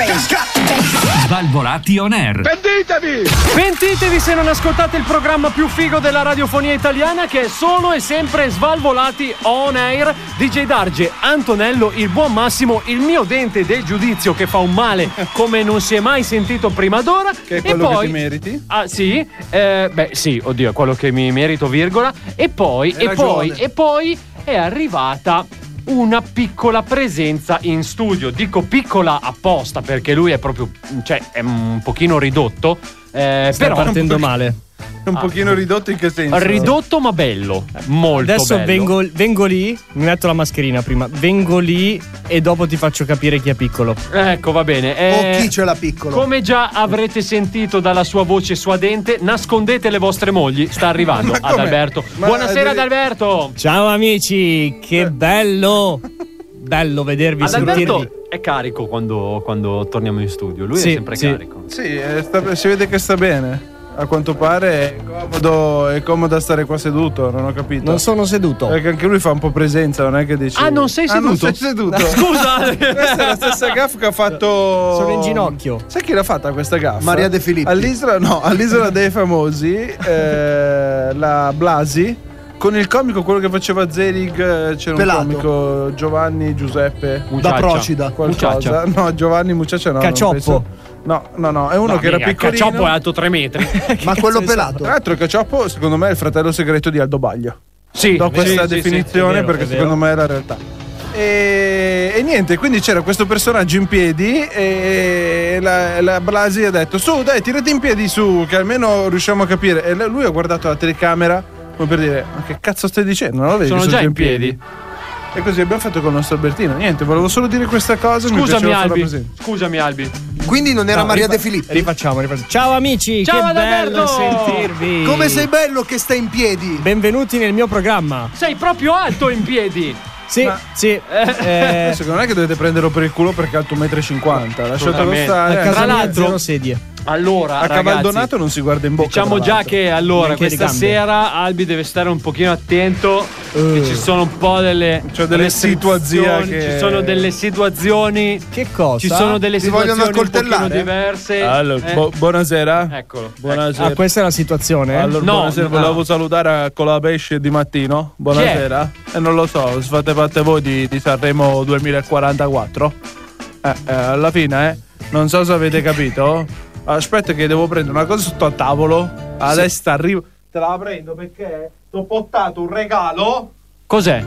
Svalvolati On Air. Pentitevi! Pentitevi se non ascoltate il programma più figo della radiofonia italiana, che è solo e sempre Svalvolati On Air. D J Darge, Antonello, il buon Massimo, il mio dente del giudizio che fa un male come non si è mai sentito prima d'ora. Che è e quello poi, che ti meriti? Ah sì? Eh, beh sì, oddio, è quello che mi merito, virgola. E poi, Hai e poi, ragione. e poi è arrivata una piccola presenza in studio. Dico piccola apposta perché lui è proprio, cioè è un pochino ridotto. Eh, Sta però partendo un po- male. Un Ah. pochino ridotto in che senso? Ridotto ma bello, molto Adesso bello. vengo, vengo lì, mi metto la mascherina prima, vengo lì e dopo ti faccio capire chi è piccolo. Ecco, va bene. Eh, O chi ce l'ha piccolo? Come già avrete sentito dalla sua voce suadente, nascondete le vostre mogli. Sta arrivando Ma ad come? Alberto. Ma- Buonasera ad Alberto. Ciao amici, che bello! Bello vedervi, Ad sentirvi. Alberto è carico quando, quando torniamo in studio. Lui Sì, è sempre sì. carico. Sì, eh, sta- si vede che sta bene. A quanto pare è comodo, è comodo stare qua seduto, non ho capito. Non sono seduto. Perché anche lui fa un po' presenza, non è che dici. Ah, non sei Ah, non seduto? sei seduto. Scusa. Questa è la stessa gaffa che ha fatto. Sono in ginocchio. Sai chi l'ha fatta questa gaffa? Maria De Filippi. All'isola, no, all'isola dei famosi, eh, la Blasi. Con il comico, quello che faceva Zelig, eh, c'era Pelato. un comico Giovanni Giuseppe. Muciaccia. Da Procida. Qualcosa. Muciaccia. No, Giovanni Muciaccia no. non Caccioppo. penso. No, no, no, è uno No, che era mica, piccolino. Caccioppo è alto tre metri. Ma quello pelato. Tra l'altro, Caccioppo, secondo me, è il fratello segreto di Aldo Baglio. Sì, Do questa sì, sì, definizione sì, è vero, perché è vero. secondo me è la realtà. E, e niente, quindi c'era questo personaggio in piedi e la, la Blasi ha detto: su, dai, tirati in piedi su, che almeno riusciamo a capire. E lui ha guardato la telecamera come per dire: ma che cazzo stai dicendo? Non lo vedi? Sono che già in piedi. E così abbiamo fatto con il nostro Albertino. Niente, volevo solo dire questa cosa. mi Scusami piaceva farla Albi. presente. Scusami Albi. Quindi non era No, Maria rifa- De Filippi. Rifacciamo, rifacciamo. Ciao amici, Ciao, che bello Adalberto! sentirvi. Come sei bello che stai in piedi. Benvenuti nel mio programma. Sei proprio alto in piedi. Sì, Ma- sì. Eh, Adesso non è che dovete prenderlo per il culo perché è alto un metro e cinquanta. Lasciatelo Assolutamente. stare. a casa Tra mia l'altro- zero sedie. Allora, A ragazzi, Cavaldonato non si guarda in bocca. diciamo tra già l'altro. che allora Neanche questa le gambe. sera Albi deve stare un pochino attento che ci sono un po' delle C'ho delle restrizioni, situazioni che- ci sono delle situazioni Che cosa? ci sono delle Ti vogliono situazioni un pochino accoltellare? diverse. Allora, Eh, bu- buonasera. eccolo. Buonasera. Ah, questa è la situazione? eh? Allora, No, buonasera, no. volevo salutare a Colapesce di mattino. Buonasera. E non lo so, fate parte voi di, di Sanremo duemilaquarantaquattro. Eh, eh, alla fine, eh, non so se avete capito. Aspetta che devo prendere una cosa sotto al tavolo. Adesso arrivo. Te la prendo perché ti ho portato un regalo. Cos'è?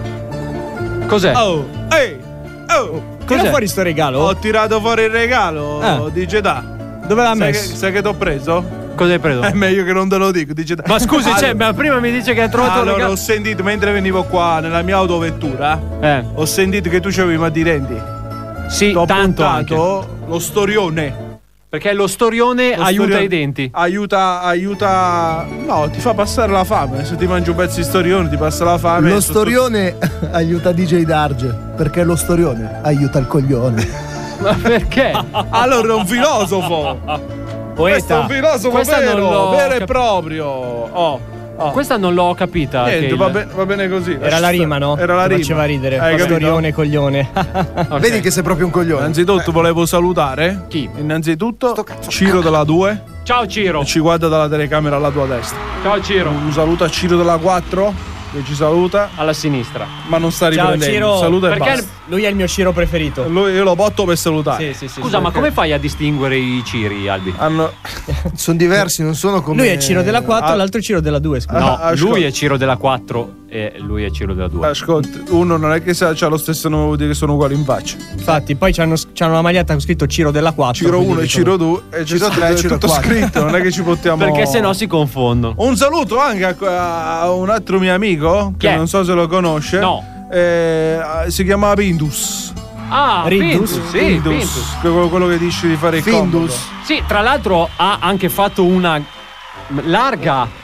Cos'è? Oh, ehi, oh. Tira Cos'è? fuori sto regalo? Ho tirato fuori il regalo Ah. di Jeddah. Dove l'ha Sai che, messo? sai che ti ho preso? Cos'hai preso? È meglio che non te lo dico, dice. Ma scusi, allora, cioè, ma prima mi dice che ha trovato un allora, regalo. ho sentito mentre venivo qua nella mia autovettura. Eh, Ho sentito che tu c'avevi i mal di denti. sì, T'ho tanto anche. portato lo storione. Perché lo storione Lo aiuta storione i denti. Aiuta, aiuta. No, ti fa passare la fame. Se ti mangi un pezzo di storione, ti passa la fame. Lo Sotto- storione aiuta D J Darge. Perché lo storione aiuta il coglione. Ma perché? Allora è un filosofo. Questo è un filosofo Questa non vero, l'ho vero e cap- proprio. Oh, oh. Questa non l'ho capita. Niente, che il- va, bene, va bene così. Era la rima, no? Era la Che rima. faceva ridere. Hai Lo capito? storione coglione. Ok. Vedi che sei proprio un coglione. Innanzitutto volevo salutare. Chi? Innanzitutto Ciro della due. Ciao Ciro. Ci guarda dalla telecamera alla tua destra. Ciao Ciro. Un saluto a Ciro della quattro che ci saluta, Alla sinistra. ma non sta Ciao riprendendo. Ciro. Saluta e Perché basta. lui è il mio Ciro preferito. Lui- io lo botto per salutare. Sì, sì, sì. Scusa, ma come fai a distinguere i Ciri, Albi? Hanno... Sono diversi, non sono come. Lui è Ciro della quattro, Ah. l'altro è Ciro della due, scusa. No, Ah, ascolta. lui è Ciro della quattro e lui è Ciro della due. Ascolta, uno non è che sa, c'ha lo stesso nome, vuol dire che sono uguali in faccia. Infatti, poi c'hanno, c'hanno la maglietta con scritto Ciro della quattro. Ciro quindi uno e dicono- Ciro due e Ciro Ciro tre, tre, Ciro tutto quattro. scritto, non è che ci portiamo. Perché se no si confondono. Un saluto anche a, a un altro mio amico Chi che è? non so se lo conosce. No. Eh, si chiama Pindus. Ah, Ridus? Findus, sì, Pindus, Findus. quello, quello che dice di fare il Findus. comodo. Sì, tra l'altro ha anche fatto una larga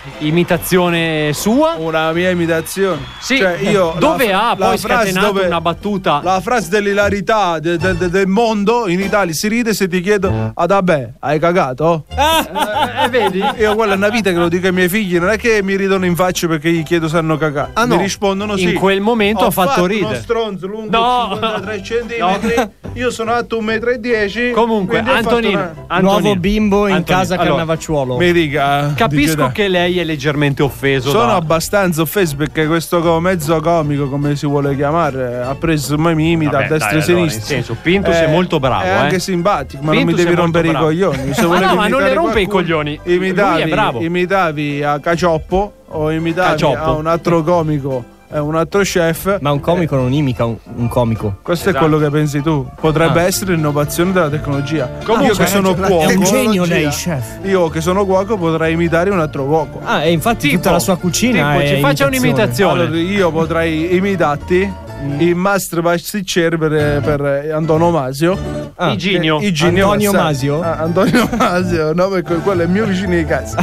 imitazione sua. Una mia imitazione? Sì. Cioè, io dove la, ha la poi frase scatenato dove- una battuta? La frase dell'ilarità de- de- de- del mondo in Italia si ride se ti chiedo: ah, vabbè, hai cagato? Eh, vedi? Io quella è una vita che lo dico ai miei figli, non è che mi ridono in faccia perché gli chiedo se hanno cagato. Ah, no. Mi rispondono sì. In quel momento Ho ha fatto ridere. uno stronzo lungo No. cinquantatré centimetri. Io sono alto un metro e dieci. Comunque, quindi ho fatto Antonino, una- Antonino. Nuovo bimbo in Antonino, casa allora, Cannavacciuolo. Mi dica. Capisco dice, che lei è leggermente offeso. sono da... abbastanza offeso perché questo co- mezzo comico, come si vuole chiamare, ha preso mai mi imita Vabbè, a destra dai, e allora, sinistra. nel senso, Pinto sei molto bravo, È eh. anche simpatico, ma Pinto non mi sei devi molto rompere bravo. i coglioni. Se Ah, volevi no, ma non imitare le rompe i qualcuno, coglioni. Lui Imitavi, è bravo. imitavi a Cacioppo o imitavi Cacioppo. a un altro comico e un altro chef. Ma un comico non imica un, un comico. Questo Esatto. è quello che pensi tu. Potrebbe Ah. essere l'innovazione della tecnologia. Comunque, io che sono è cuoco, un genio lei, chef. Io che sono cuoco potrei imitare un altro cuoco. Ah, e infatti Tipo, tutta la sua cucina tipo, è ci faccia un'imitazione. Allora, io potrei imitarti il master pasticcere per, per Antonomasio. Ah, Iginio. Eh, Iginio Antonio Massaro. Masio? Ah, Antonio Masio, no, perché quello è il mio vicino di casa.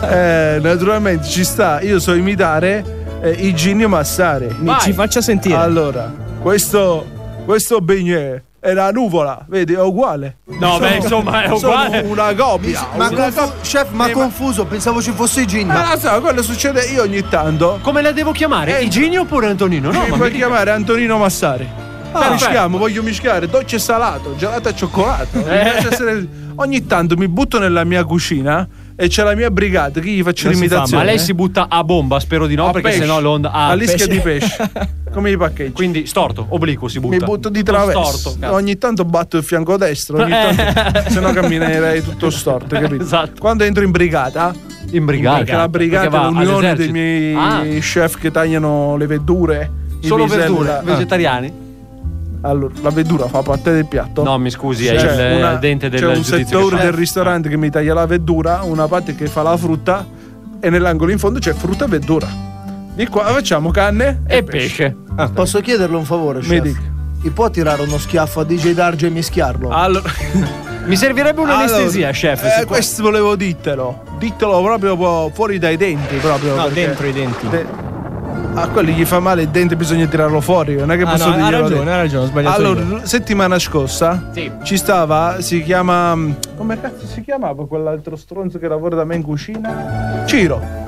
Eh, naturalmente ci sta, io so imitare eh, Iginio Massari. Mi ci faccia sentire. Allora, questo, questo beignet è la nuvola, vedi, è uguale. No, Sono- beh, insomma, è uguale. Sono una copia. Ma una confu- chef, ma Eh, confuso, pensavo ci fosse Gin. Ah, so, quello succede io ogni tanto. Come la devo chiamare? Eh, Iginio oppure Antonino? No, mi ma puoi mi dica- chiamare Antonino Massari. Ah, mischiamo, voglio mischiare dolce e salato, gelato e cioccolato. Mi piace essere- Ogni tanto mi butto nella mia cucina e c'è la mia brigata che gli faccio Non si fa, l'imitazione. Ma lei si butta a bomba, spero di no, A perché pesce. sennò l'onda. Ah, a lischia pesce. di pesce. Come i paccheggi. Quindi storto, obliquo si butta. Mi butto di Tutto traverso. storto, cazzo. Ogni tanto batto il fianco destro, ogni tanto, se no camminerei tutto storto, capito? Esatto. Quando entro in brigata, In brigata. perché la brigata Perché è va l'unione dei all'esercito. miei Ah. chef che tagliano le verdure. i Solo piselli, verdure, la- vegetariani? Allora, la verdura fa parte del piatto? No, mi scusi, è C'è il una- dente del C'è un giudizio settore che fa. del ristorante che mi taglia la verdura, una parte che fa la frutta e nell'angolo in fondo c'è frutta e verdura. Di qua facciamo canne e, E pesce. Ah, posso chiederle un favore, Mi chef? dica. Mi può tirare uno schiaffo a D J Darge e mischiarlo? Allora, Mi servirebbe un'anestesia, allora, chef. eh, si può. questo volevo dirtelo. Dittelo proprio po- fuori dai denti, proprio. No, perché- dentro i denti. De- a quelli gli fa male il dente, bisogna tirarlo fuori. Non è che Ah, posso no, ha dirglielo ragione, dentro. ha ragione, ho sbagliato Allora, io. settimana scorsa Sì. ci stava, si chiama. Come cazzo si chiamava quell'altro stronzo che lavora da me in cucina? Ciro.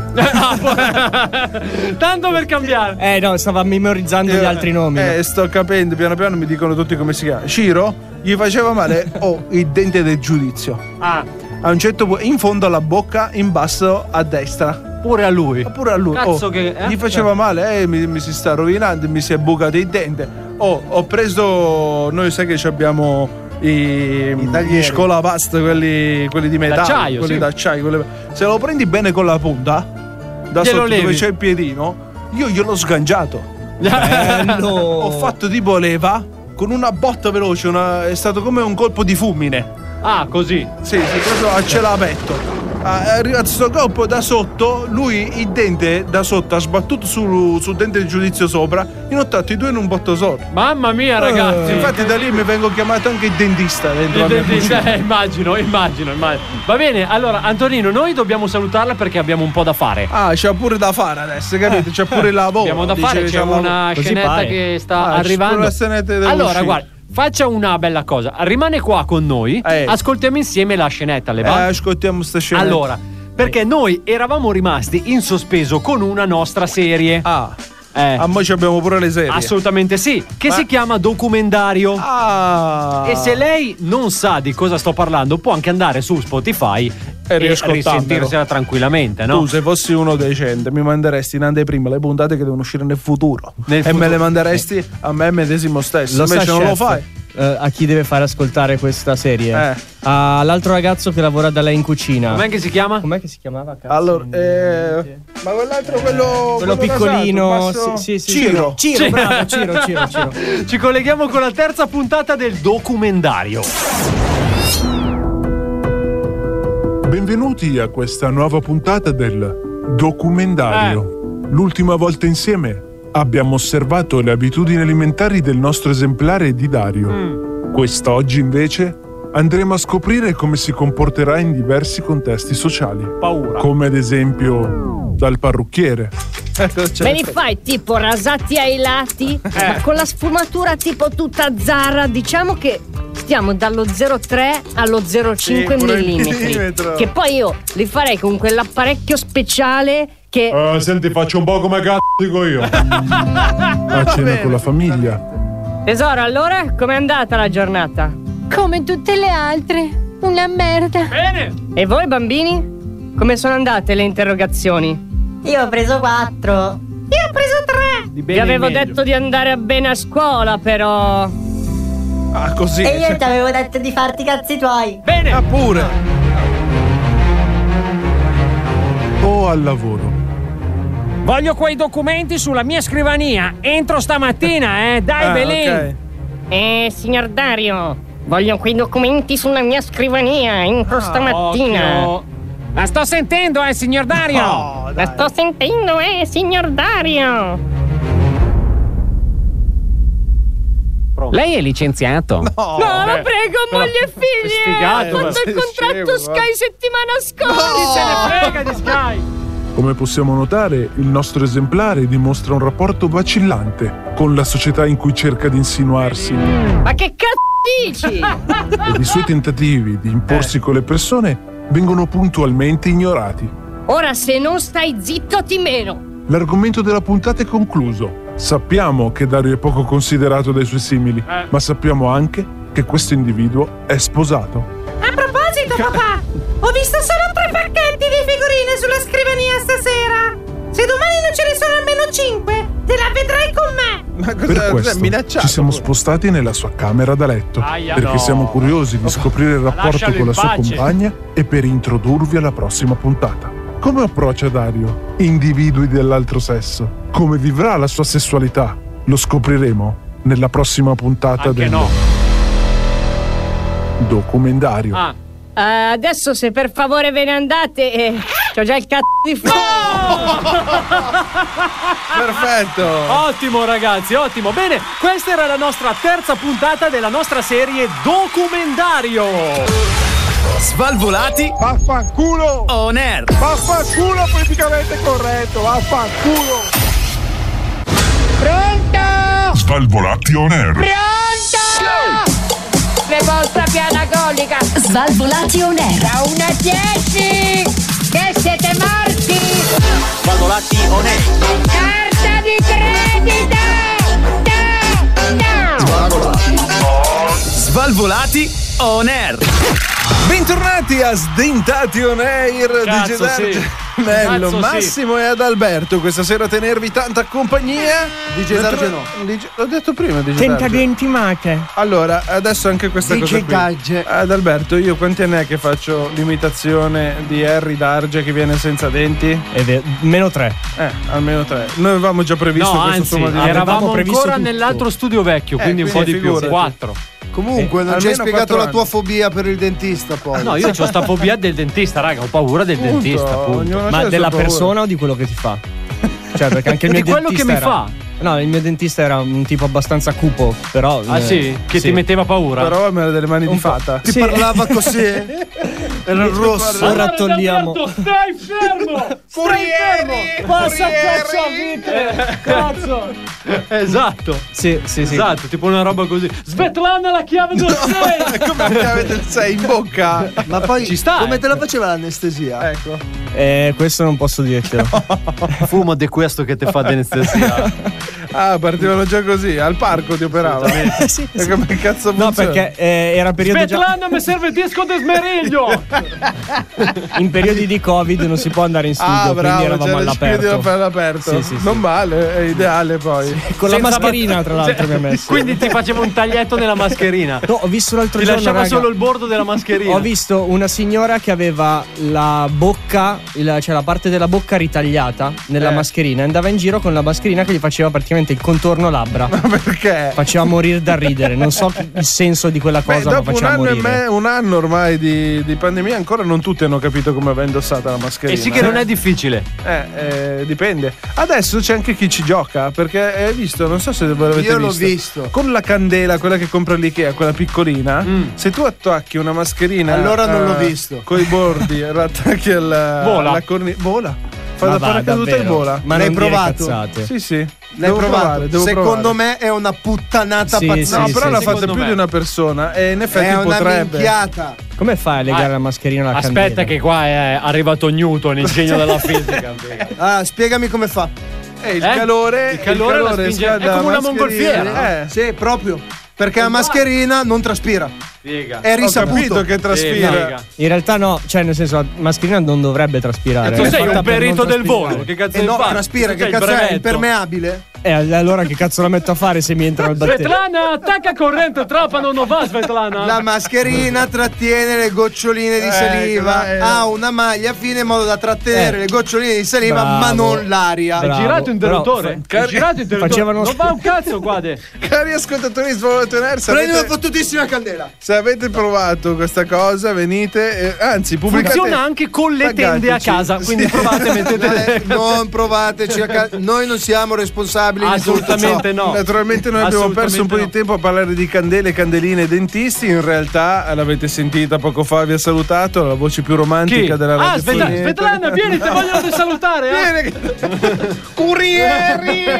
Tanto per cambiare. Eh no, stava memorizzando gli altri nomi. Eh, sto capendo, piano piano mi dicono tutti come si chiama. Ciro gli faceva male oh, il dente del giudizio. Ah, A un certo punto, in fondo alla bocca, in basso a destra. pure a lui. Pure a lui. Cazzo oh, che- eh? Gli faceva male, eh, mi, mi si sta rovinando, mi si è bucato il dente. Oh, ho preso. Noi sai che abbiamo i, taglieri. gli scolapasta, quelli, quelli di metallo. D'acciaio, quelli sì. d'acciaio. quelli- Se lo prendi bene con la punta, da Glielo sotto dove levi. c'è il piedino, io gliel'ho sganciato. Bello. Ho fatto tipo leva con una botta veloce, una- è stato come un colpo di fulmine. Ah, così. Sì, sì, proprio a cielo aperto. Ah, è arrivato sto colpo da sotto, lui il dente da sotto ha sbattuto sul, sul dente del giudizio sopra, io ne ho tratto i due in un botto solo. Mamma mia, ragazzi. Infatti da lì mi vengo chiamato anche il dentista dentro Il la mia dentista, cucina. eh, immagino, immagino, immagino. Va bene, allora Antonino, noi dobbiamo salutarla perché abbiamo un po' da fare. Ah, c'è pure da fare adesso, capite? C'è pure il lavoro. Abbiamo da dice fare, che c'è c'è il lavoro. una Così scenetta pare. che sta Ah, c'è arrivando. pure la scenetta che deve Allora, uscire. guarda, faccia una bella cosa. Rimane qua con noi, Eh. ascoltiamo insieme la scenetta, le Eh, va? ascoltiamo sta scena. Allora, perché noi eravamo rimasti in sospeso con una nostra serie. Ah, Eh, a noi ci abbiamo pure le serie. assolutamente sì, che Ma- si chiama Documentario. Ah. E se lei non sa di cosa sto parlando, può anche andare su Spotify E e riascoltarmelo. risentirsela tranquillamente, no? Tu, se fossi uno decente, mi manderesti in anteprima le puntate che devono uscire nel futuro. Nel e futuro. me le manderesti a me medesimo stesso. Lo Invece sa, non lo chef, fai. eh, a chi deve fare ascoltare questa serie? Eh. All'altro ragazzo che lavora da lei in cucina. Com'è che si chiama? Com'è che si chiamava? Cazzo? Allora, eh, ma quell'altro, quello. Quello piccolino. rasato, basso- Sì, sì, sì, Ciro. Ciro, Sì. bravo, Ciro, Ciro, Ciro. Ci colleghiamo con la terza puntata del Documentario. Benvenuti a questa nuova puntata del Documentario. L'ultima volta insieme abbiamo osservato le abitudini alimentari del nostro esemplare di Dario. Quest'oggi invece andremo a scoprire come si comporterà in diversi contesti sociali. Paura. Come ad esempio dal parrucchiere. Me li fai tipo rasati ai lati, Eh. ma con la sfumatura tipo tutta Zara. Diciamo che stiamo dallo zero virgola tre allo zero virgola cinque Sì, pure il millimetri. millimetro. Che poi io li farei con quell'apparecchio speciale che. Uh, senti, faccio un po' come cazzo dico io. A cena con la famiglia. Tesoro, allora com'è andata la giornata? Come tutte le altre. Una merda. Bene. E voi bambini? Come sono andate le interrogazioni? Io ho preso quattro. Io ho preso tre. Di Vi bene avevo meglio. detto di andare a bene a scuola, però. Ah, così. E io ti avevo detto di farti i cazzi tuoi. Bene. Ah, pure. O al lavoro. Voglio quei documenti sulla mia scrivania entro stamattina, eh. Dai, Ah, Belin. ok. Eh, signor Dario, voglio quei documenti sulla mia scrivania entro stamattina. Occhio. La sto sentendo, eh, signor Dario. Oh, La sto sentendo, eh, signor Dario. Pronto. Lei è licenziato? No, la prego, però- moglie e figli. sfigato, Ho ma fatto il sei contratto scemo, Sky settimana scorsa. Chi se ne frega di Sky? Come possiamo notare, il nostro esemplare dimostra un rapporto vacillante con la società in cui cerca di insinuarsi Ma che cazzo dici? ed i suoi tentativi di imporsi con le persone vengono puntualmente ignorati. Ora, se non stai zitto, ti meno. L'argomento della puntata è concluso. Sappiamo che Dario è poco considerato dai suoi simili, Eh. ma sappiamo anche che questo individuo è sposato. A proposito, papà, ho visto solo tre pacchetti di figurine sulla scrivania stasera. Se domani non ce ne sono almeno cinque, te la vedrai con me. Ma Per cosa questo minacciato? ci siamo spostati nella sua camera da letto, Aia, perché no. siamo curiosi di scoprire il rapporto lascialo con la in sua pace. compagna e per introdurvi alla prossima puntata. Come approccia Dario individui dell'altro sesso? Come vivrà la sua sessualità? Lo scopriremo nella prossima puntata Anche del no. documentario. Ah. Eh, adesso, se per favore ve ne andate, eh, c'ho già il cazzo di fuoco. Perfetto. Ottimo ragazzi, ottimo. Bene, questa era la nostra terza puntata della nostra serie documentario. Svalvolati Vaffanculo! on air. Vaffanculo politicamente corretto, vaffanculo! Pronto? Svalvolati on air. Pronto? Le vostra piana colica. Svalvolati on air. Da uno a dieci. Che siete morti. Svalvolati on air. Carta di credito. No, no. Svalvolati on air. Bentornati a Sdentati on Air. Cazzo, D J Darge, sì. Nello, Cazzo, sì. Massimo e Adalberto questa sera a tenervi tanta compagnia. D J Darge no. D J L'ho detto prima, D J Tenta Darge. di intimate. Allora, adesso anche questa D J cosa qui. Darge. Adalberto, io quanti anni è che faccio l'imitazione di Harry Darge che viene senza denti? È vero, meno tre. Eh, almeno tre. Noi avevamo già previsto No, questo anzi, suo modo di- eravamo previsto ancora tutto. nell'altro studio vecchio, Eh, quindi un po' quindi di più. figurati. Quattro. Comunque, Eh, non ci hai almeno spiegato quattro la tua anni. fobia per il dentista poi. No, io ho sta fobia del dentista, raga, ho paura del Punto, dentista, ognuno appunto. c'ha Ma le della sue paure. persona o di quello che ti fa? Cioè, perché anche il mio Di quello dentista che mi era- fa. No, il mio dentista era un tipo abbastanza cupo, però. Ah eh, sì? Che ti metteva paura? Però aveva delle mani di Un po'. fata. Ti Sì. parlava così? Era il rosso. Ora togliamo. Stai fermo! Stai fermo! Passa cacciavite! Cazzo! Esatto. Sì, sì, sì. Esatto, tipo una roba così. Svetlana la chiave del sei! Come la chiave del sei in bocca. Ma poi Ci sta, come eh. te la faceva l'anestesia? Ecco. Eh, questo non posso dirtelo. Fumo di questo che ti fa d'anestesia. Ah, partivano già così, al parco ti operavano. sì, E come cazzo No, funziona? perché eh, era periodo già. Svetlana mi serve il disco di smeriglio! In periodi di Covid non si può andare in studio, Ah, quindi bravo, eravamo c'era il spirito all'aperto. all'aperto. Sì, sì, sì. Non male, è ideale poi. Con la Senza mascherina, ma- tra l'altro, Cioè, mi ha messo. Quindi ti faceva un taglietto nella mascherina. No, ho visto l'altro Ti giorno. lasciava raga, solo il bordo della mascherina. Ho visto una signora che aveva la bocca, il- cioè la parte della bocca ritagliata nella Eh. mascherina. Andava in giro con la mascherina che gli faceva praticamente praticamente il contorno labbra. Ma perché? Faceva morire da ridere. Non so il senso di quella cosa, Beh, ma dopo un faceva anno, e morire. me, un anno ormai di, di pandemia, ancora non tutti hanno capito come va indossata la mascherina. E sì che non è difficile. Eh, eh, dipende. Adesso c'è anche chi ci gioca, perché hai visto, non so se ve l'avete Io l'ho visto. visto. Con la candela, quella che compra l'Ikea, quella piccolina, Mm. se tu attacchi una mascherina, Allora non l'ho eh, visto. coi bordi, la attacchi alla Vola. alla corni- vola. Fa Ma da va, paracaduta e davvero? vola. Ma L'hai non dire provato? cazzate. Sì, sì. L'hai Devo provato? provare, devo Secondo provare. me è una puttanata Sì, pazzesca. No, sì, però sì, l'ha sì. fatta Secondo più me. di una persona e in effetti È una potrebbe. minchiata. Come fai a legare Ah, la mascherina alla Aspetta candela? che qua è arrivato Newton, il genio della fisica. Ah, spiegami come fa. Eh, il Eh? calore, Il calore la spinge- scalda è come una la mascherina. mongolfiera. Eh. Sì, proprio. Perché la mascherina non traspira. Figa. È Ho risaputo. capito che traspira. Figa. In realtà no, cioè nel senso la mascherina non dovrebbe traspirare. Tu È sei fatta un per perito non del traspirare. volo. Che cazzo E hai no, fatto? traspira, Tu che sei il cazzo è? brevetto. Impermeabile? E allora che cazzo la metto a fare se mi entra il batterio? Svetlana, attacca corrente, trapano, non va Svetlana. La mascherina trattiene le goccioline di Eh, saliva. eh. Ha una maglia fine in modo da trattenere Eh. le goccioline di saliva, Bravo. ma non l'aria. Hai Bravo. girato interruttore? Però, Hai girato interruttore? facevano- Non va un cazzo, guarda. Cari ascoltatori di Svalvolato on Air, se Prendi una avete, fottutissima candela. se avete provato questa cosa, venite. eh, anzi, pubblicate. Funziona anche con le tende a Pagateci. casa, quindi Sì. provate, mettete. Eh, non provateci a ca- noi non siamo responsabili di tutto ciò. Assolutamente no. Naturalmente noi abbiamo perso un po' di tempo a parlare di candele, candeline e dentisti. In realtà l'avete sentita poco fa, vi ha salutato la voce più romantica Chi? della Ah, radio. Svetlana, Svetlana, vieni, ti voglio salutare. Eh? Corrieri!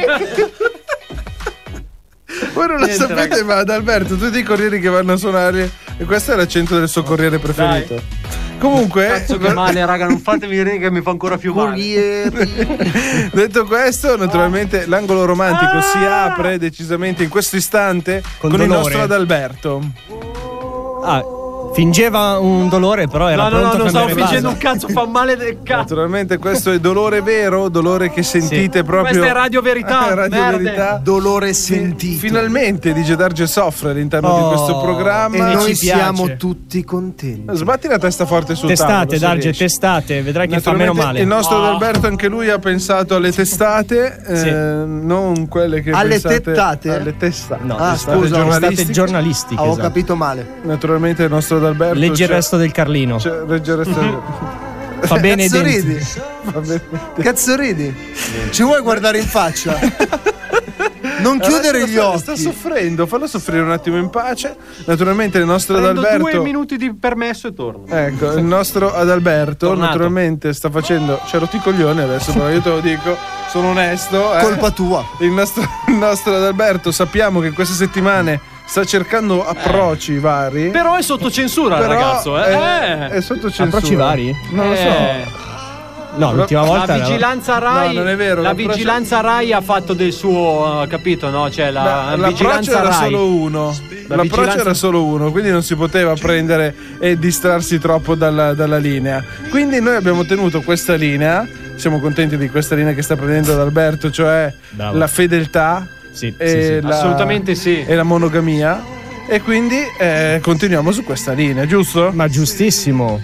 Voi non lo Niente, sapete, ragazzi. ma ad Alberto tutti i corrieri che vanno a suonare, e questo è l'accento del suo corriere preferito. Comunque, Cazzo che male, raga, non fatemi ridere che mi fa ancora più male. detto questo, naturalmente l'angolo romantico si apre decisamente in questo istante con, Con il dolore. nostro Adalberto. Ah, fingeva un dolore, però era No, no, pronto no, non a stavo cambiare fingendo base. un cazzo, fa male del cazzo. Naturalmente questo è dolore vero, dolore che sentite proprio. Questa è Radio Verità, Eh, Radio merde. Verità. Dolore Sì, sentito. finalmente Dice Darge soffre all'interno di Oh. questo E programma. noi ci piace. siamo tutti contenti. Sbatti la testa forte sul Testate, tavolo. se Darge, riesci. testate, vedrai che fa meno Naturalmente male. il nostro Oh. Adalberto anche lui ha pensato alle testate, Sì. eh, non quelle che Alle pensate tettate? alle testate. No, Ah, testate scusa, giornalistiche. testate giornalistiche. Ah, ho esatto. capito male. Naturalmente il nostro Adalberto Leggi il c'è- resto del Carlino. c'è- legge il resto. Fa bene i Cazzo denti. ridi? Va bene. Cazzo ridi? Ci vuoi guardare in faccia? Non chiudere Ragazzi, gli sta- occhi. Sta soffrendo, fallo soffrire un attimo in pace. Naturalmente il nostro Prendo Adalberto. due minuti di permesso e torno. Ecco, il nostro Adalberto Tornato. naturalmente sta facendo. C'è rotti i coglioni adesso, però io te lo dico, sono onesto. eh. Colpa tua. Il nostro, il nostro Adalberto sappiamo che in queste settimane sta cercando approcci vari. Però è sotto censura il Però ragazzo, eh. È, Eh. è sotto censura. Approcci vari? Non lo so. Eh. No, l'ultima volta La era- vigilanza Rai, No, non è vero, la l'approccio- vigilanza Rai ha fatto del suo, uh, capito, no? Cioè la, La- l'approccio vigilanza era Rai. solo uno. La L'approccio vigilanza- era solo uno, quindi non si poteva prendere e distrarsi troppo dalla, dalla linea. Quindi noi abbiamo tenuto questa linea. Siamo contenti di questa linea che sta prendendo Adalberto, cioè Bravo. la fedeltà Sì, e sì, sì. la- Assolutamente sì. e la monogamia. E quindi eh, continuiamo su questa linea, giusto? Ma giustissimo.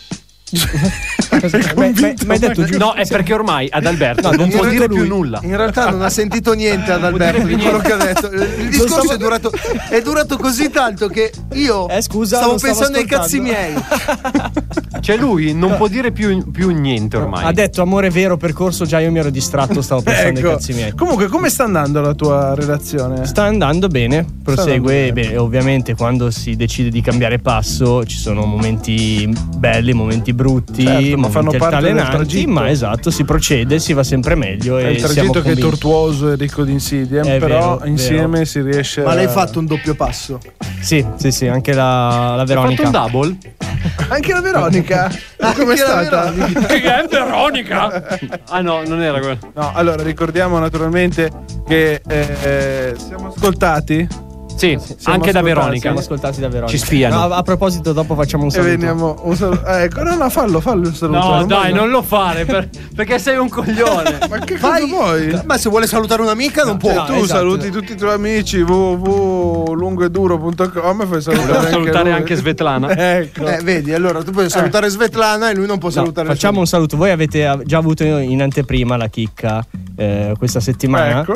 Ma hai detto giusto? No, è perché ormai Adalberto No, non non può detto dire lui. più nulla. In realtà non ha sentito niente ad Alberto di quello che ha detto. Il discorso è durato, è durato così tanto che io Eh, scusa, stavo non stavo pensando ai cazzi ascoltando. miei. Cioè lui non può dire più, più niente ormai. Ha detto amore vero percorso, già io mi ero distratto, stavo pensando ai Ecco. cazzi miei. Comunque, come sta andando la tua relazione? Sta andando bene, prosegue. andando bene. Beh, ovviamente quando si decide di cambiare passo ci sono momenti belli, momenti brutti, Certo, ma fanno momenti parte del altalenanti, tragitto. ma esatto, si procede, si va sempre meglio. È e il siamo tragitto che è convinti. tortuoso e ricco di insidie, È però vero, insieme vero. si riesce Ma a... l'hai fatto un doppio passo? Sì, sì, sì, anche la, la Ha Veronica. fatto un double? Anche la Veronica? Come è Anche la stata? Che è Veronica? Ah no, non era quello. No, allora ricordiamo naturalmente che eh, siamo ascoltati Sì, anche da ascoltati. Veronica. Siamo ascoltati da Veronica. Ci spiano. No, a, a proposito, dopo facciamo un e saluto. veniamo un saluto. Ah, ecco, no, no, fallo, fallo il saluto. No, dai, voglio- non lo fare per- perché sei un coglione. Ma che Vai. cosa vuoi? Ma se vuole salutare un'amica non può. Cioè, no, tu esatto. saluti tutti i tuoi amici w w w punto lungoeduro punto com e fai salutare, Volevo anche, salutare lui. anche Svetlana. Ecco. Eh, vedi, allora tu puoi salutare Svetlana e lui non può No, salutare facciamo un saluto. Voi avete già avuto in anteprima la chicca eh, questa settimana. Ecco.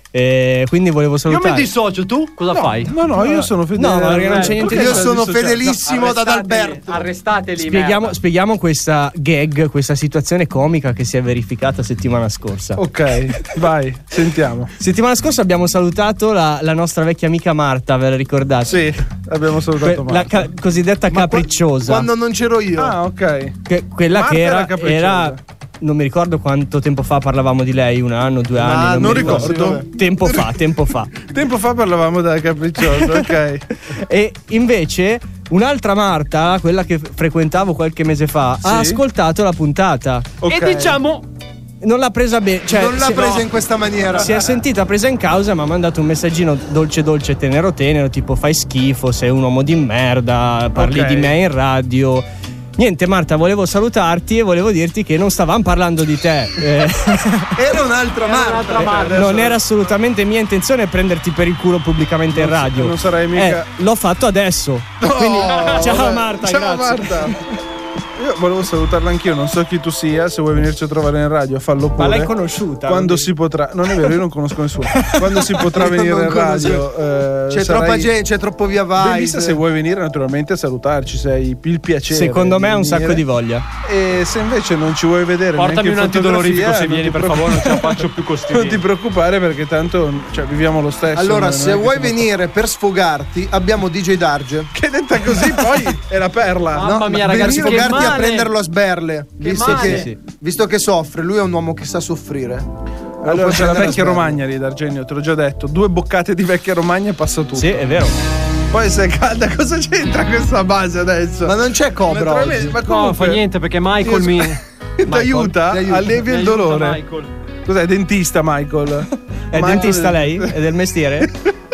E quindi volevo Io salutare. mi dissocio, tu cosa No, fai? no, no, io sono fedele. No, ma perché non c'è niente di Io male. sono Dissociato. fedelissimo No, ad arrestateli, Alberto. Arrestateli. Spieghiamo, merda. spieghiamo questa gag, questa situazione comica che si è verificata settimana scorsa. Ok, vai, sentiamo. Settimana scorsa abbiamo salutato la, la nostra vecchia amica Marta, ve la ricordate? Sì, abbiamo salutato Que- la Marta. ca- cosiddetta capricciosa. Quando non c'ero io. Ah, ok. Che- quella Marta che era era, capricciosa. era non mi ricordo quanto tempo fa parlavamo di lei, un anno, due anni. Ah, non, non mi ricordo. ricordo. Tempo fa, tempo fa. Tempo fa parlavamo della capricciosa, ok. E invece un'altra Marta, quella che frequentavo qualche mese fa, Sì. ha ascoltato la puntata. Ok. E diciamo. Non l'ha presa bene, cioè non l'ha si- presa no, in questa maniera. si è sentita presa in causa, ma ha mandato un messaggino dolce dolce tenero tenero, tipo fai schifo, sei un uomo di merda, parli Ok. di me in radio. Niente Marta, volevo salutarti e volevo dirti che non stavamo parlando di te. Eh, Era un'altra Marta. Marta. non era assolutamente mia intenzione prenderti per il culo pubblicamente in radio. non sarai mica- Eh, l'ho fatto adesso. Quindi, ciao vabbè. Marta, Ciao grazie. Marta. Io volevo salutarla anch'io, non so chi tu sia, se vuoi venirci a trovare in radio, fallo pure. Ma l'hai conosciuta? Quando quindi? si potrà. Non è vero, io non conosco nessuno. Quando si potrà Io venire non in radio. conosco. eh, C'è sarai troppa gente, c'è troppo via vai. benissimo se vuoi venire naturalmente a salutarci, sei il piacere. Secondo me ha un venire. sacco di voglia. E se invece non ci vuoi vedere, Portami neanche un in fotografia, antidolorifico se non vieni, ti per preoccup- favore, non ce la faccio più Non costare. ti preoccupare perché tanto cioè, viviamo lo stesso. Allora, non è se che vuoi siamo- venire per sfogarti, abbiamo D J Darge. Che detta così poi è la perla. Mamma mia, per ragazzi, che sfogarti a male. prenderlo a sberle. Che Visto male. che, Sì. visto che soffre, lui è un uomo che sa soffrire. Lo Allora puoi c'è la prendere a vecchia sberle. Romagna lì, D'Argenio, te l'ho già detto. Due boccate di vecchia Romagna e passa tutto. Sì, è vero. Poi se è calda, cosa c'entra questa base adesso? Ma non c'è Cobra Naturalmente, oggi. ma No, comunque, fa niente perché Michael mi. ti aiuta, ti aiuta. allevia mi il aiuta dolore. Michael. Cos'è, dentista Michael? È Michael- dentista lei? È del mestiere?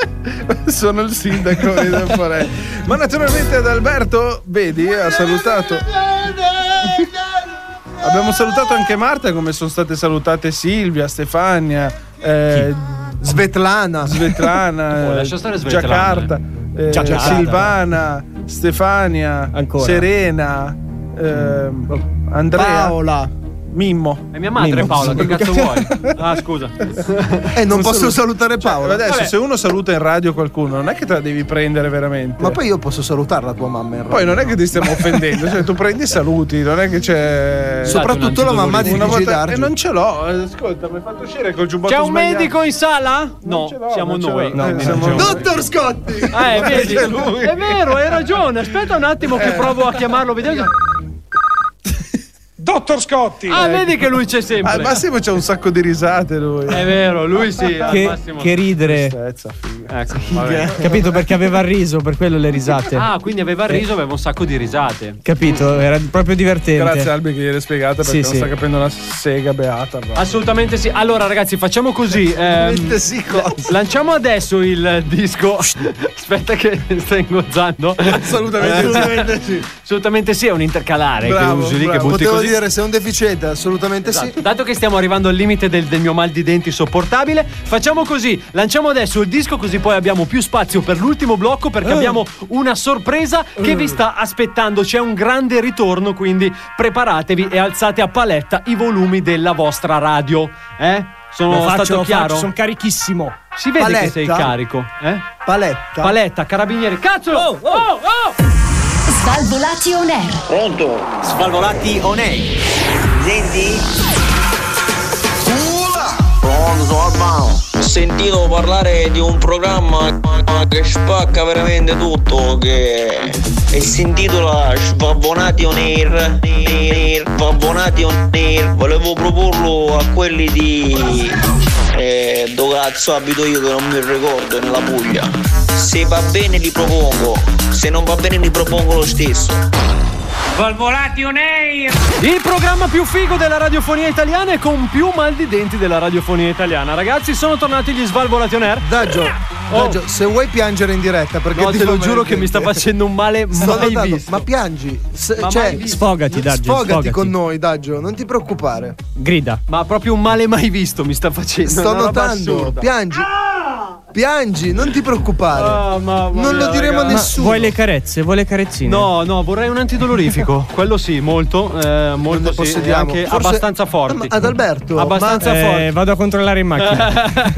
Sono il sindaco di Temporelli. Ma naturalmente ad Alberto, vedi, ha salutato. Abbiamo salutato anche Marta, come sono state salutate Silvia, Stefania, eh, Svetlana. Svetlana, Oh, lascia stare Svetlana. Giacarta, eh, Giacarta. Silvana, Stefania, Ancora. Serena, ehm, Andrea, Paola. Mimmo. È mia madre Mimmo. Paola, che cazzo vuoi? Ah, scusa. Eh, non posso saluto. salutare Paola. Adesso Vabbè. se uno saluta in radio qualcuno, non è che te la devi prendere veramente. Ma poi io posso salutare la tua mamma in radio. Poi non è che ti stiamo offendendo, cioè tu prendi e saluti, non è che c'è. Soprattutto la mamma di Una D J volta. Darge. E non ce l'ho, eh, ascolta, mi hai fatto uscire col giubbotto C'è un sbagliato. medico in sala? No, ce l'ho, siamo non ce noi. l'ho. Eh, No, siamo no. noi. Dottor Scotti! Eh, vedi? C'è lui. È vero, hai ragione. Aspetta un attimo che provo a chiamarlo. Vediamo. Dottor Scotti! Ah, vedi che lui c'è Al sempre. massimo c'è un sacco di risate lui. È vero, lui sì. Al Che, massimo. che ridere. Tristezza, figa. Ecco, vabbè. Capito? Perché aveva il riso, per quello le risate. Ah, quindi aveva il riso, aveva un sacco di risate. Capito? Era proprio divertente. Grazie Albi che gliel'hai spiegata perché Sì, non sì. sta capendo una sega beata. va. Assolutamente sì. Allora, ragazzi, facciamo così. ehm, Sì, cosa? lanciamo adesso il disco. Aspetta, che stai ingozzando. Assolutamente sì. Assolutamente sì, è un intercalare Bravo, che usi lì, che bravo. butti Potevo così. dire, sei un deficiente, assolutamente Esatto. sì. Dato che stiamo arrivando al limite del, del mio mal di denti sopportabile, facciamo così: lanciamo adesso il disco, così poi abbiamo più spazio per l'ultimo blocco, perché abbiamo una sorpresa che vi sta aspettando. C'è un grande ritorno, quindi preparatevi e alzate a paletta i volumi della vostra radio. Eh? Sono Lo faccio, stato lo chiaro? faccio, sono carichissimo. Si vede Paletta? che sei carico, eh? Paletta. Paletta, carabinieri, cazzo! Oh, oh, oh! Svalvolati on air. Pronto? Svalvolati on air. Senti? Pronto, sono Albano. Ho sentito parlare di un programma che spacca veramente tutto, che e si intitola Svavonati on air. Svavonati on air. Volevo proporlo a quelli di eh, dove cazzo abito io, che non mi ricordo, nella Puglia. Se va bene li propongo, se non va bene li propongo lo stesso. Svalvolati on air. Il programma più figo della radiofonia italiana e con più mal di denti della radiofonia italiana. Ragazzi, sono tornati gli Svalvolati on air. Daggio, Oh. Daggio, se vuoi piangere in diretta, perché No, ti te fa lo male giuro il che mi sta dente. facendo un male Sto mai notando, visto. ma piangi. Se- Ma cioè, mai visto. Sfogati, Daggio. sfogati, Sfogati con noi, Daggio, non ti preoccupare. Grida. Ma proprio un male mai visto mi sta facendo. Sto una roba notando, assurda. piangi. piangi, non ti preoccupare. Ah, mamma non mia, lo diremo a ragazzi. nessuno. Vuoi le carezze? Vuoi le carezzine? No, no, vorrei un antidolorifico. Quello sì, molto, eh, molto sì, e possediamo. anche Forse- abbastanza forti. Ma- ad Alberto, abbastanza Eh, forti. vado a controllare in macchina.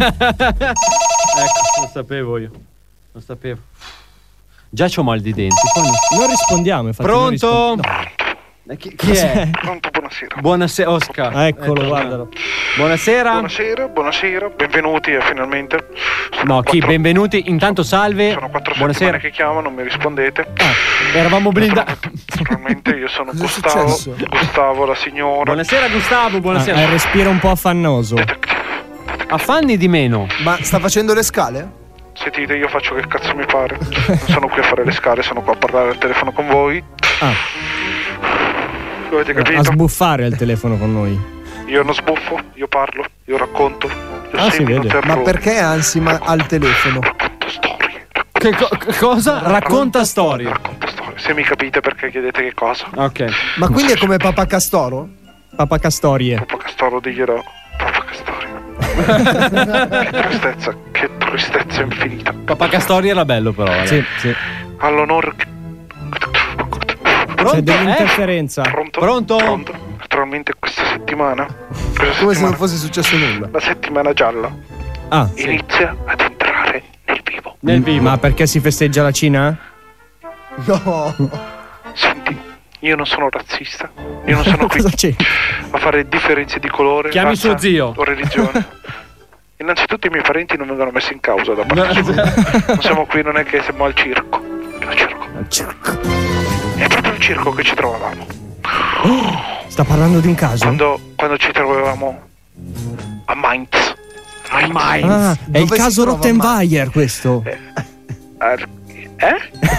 Ecco, lo sapevo io. Lo sapevo. Già c'ho mal di denti. Poi no. Non rispondiamo, infatti. non Pronto? rispon- Eh, Chi, chi è? Pronto, buonasera. Buonasera, Oscar. Ah, eccolo, Ecco. guardalo. Buonasera. Buonasera, buonasera, benvenuti eh, finalmente. No, chi? Benvenuti. Intanto salve. Sono quattro Buonasera. settimane che chiamo, non mi rispondete. Eravamo blindati. Naturalmente io sono Cosa è Gustavo, successo? Gustavo, la signora. Buonasera Gustavo, Ah, buonasera. ha il respiro un po' affannoso. Affanni di meno. Ma sta facendo le scale? Sentite, io faccio che cazzo mi pare. Non sono qui a fare le scale, sono qua a parlare al telefono con voi. Ah, Lo avete a capito? sbuffare al telefono con noi. Io non sbuffo, io parlo, io racconto. Io Ah, si semino vede. terrore. Ma perché ansima al telefono? Che co- cosa? Racconta storie. Racconto storie. Se mi capite perché chiedete che cosa. Ok. Ma quindi è come Papa Castoro? Papa Castorie. Papa Castoro diglielo. Papa Castorio. Che tristezza, che tristezza infinita. Papà Castori era bello però. eh. Sì, sì. All'onore che... Pronto? C'è Eh? dell'interferenza. Pronto? Pronto? Pronto? Naturalmente questa settimana, questa Come se non settimana, fosse successo nulla. la settimana gialla Ah, inizia ad entrare nel vivo. Nel vivo. ma perché si festeggia la Cina? No. Senti, io non sono razzista, io non sono qui Cosa c'è? a fare differenze di colore, Chiami razza suo zio. o religione. Innanzitutto i miei parenti non vengono messi in causa da parte sua. Non siamo qui, non è che siamo al circo. Al circo. Al circo. È proprio al circo che ci trovavamo. Sta parlando di un caso? Quando, quando ci trovavamo a Mainz. A Mainz. Ah, è il Dove si caso trova Rottenmeier questo. Al- Eh?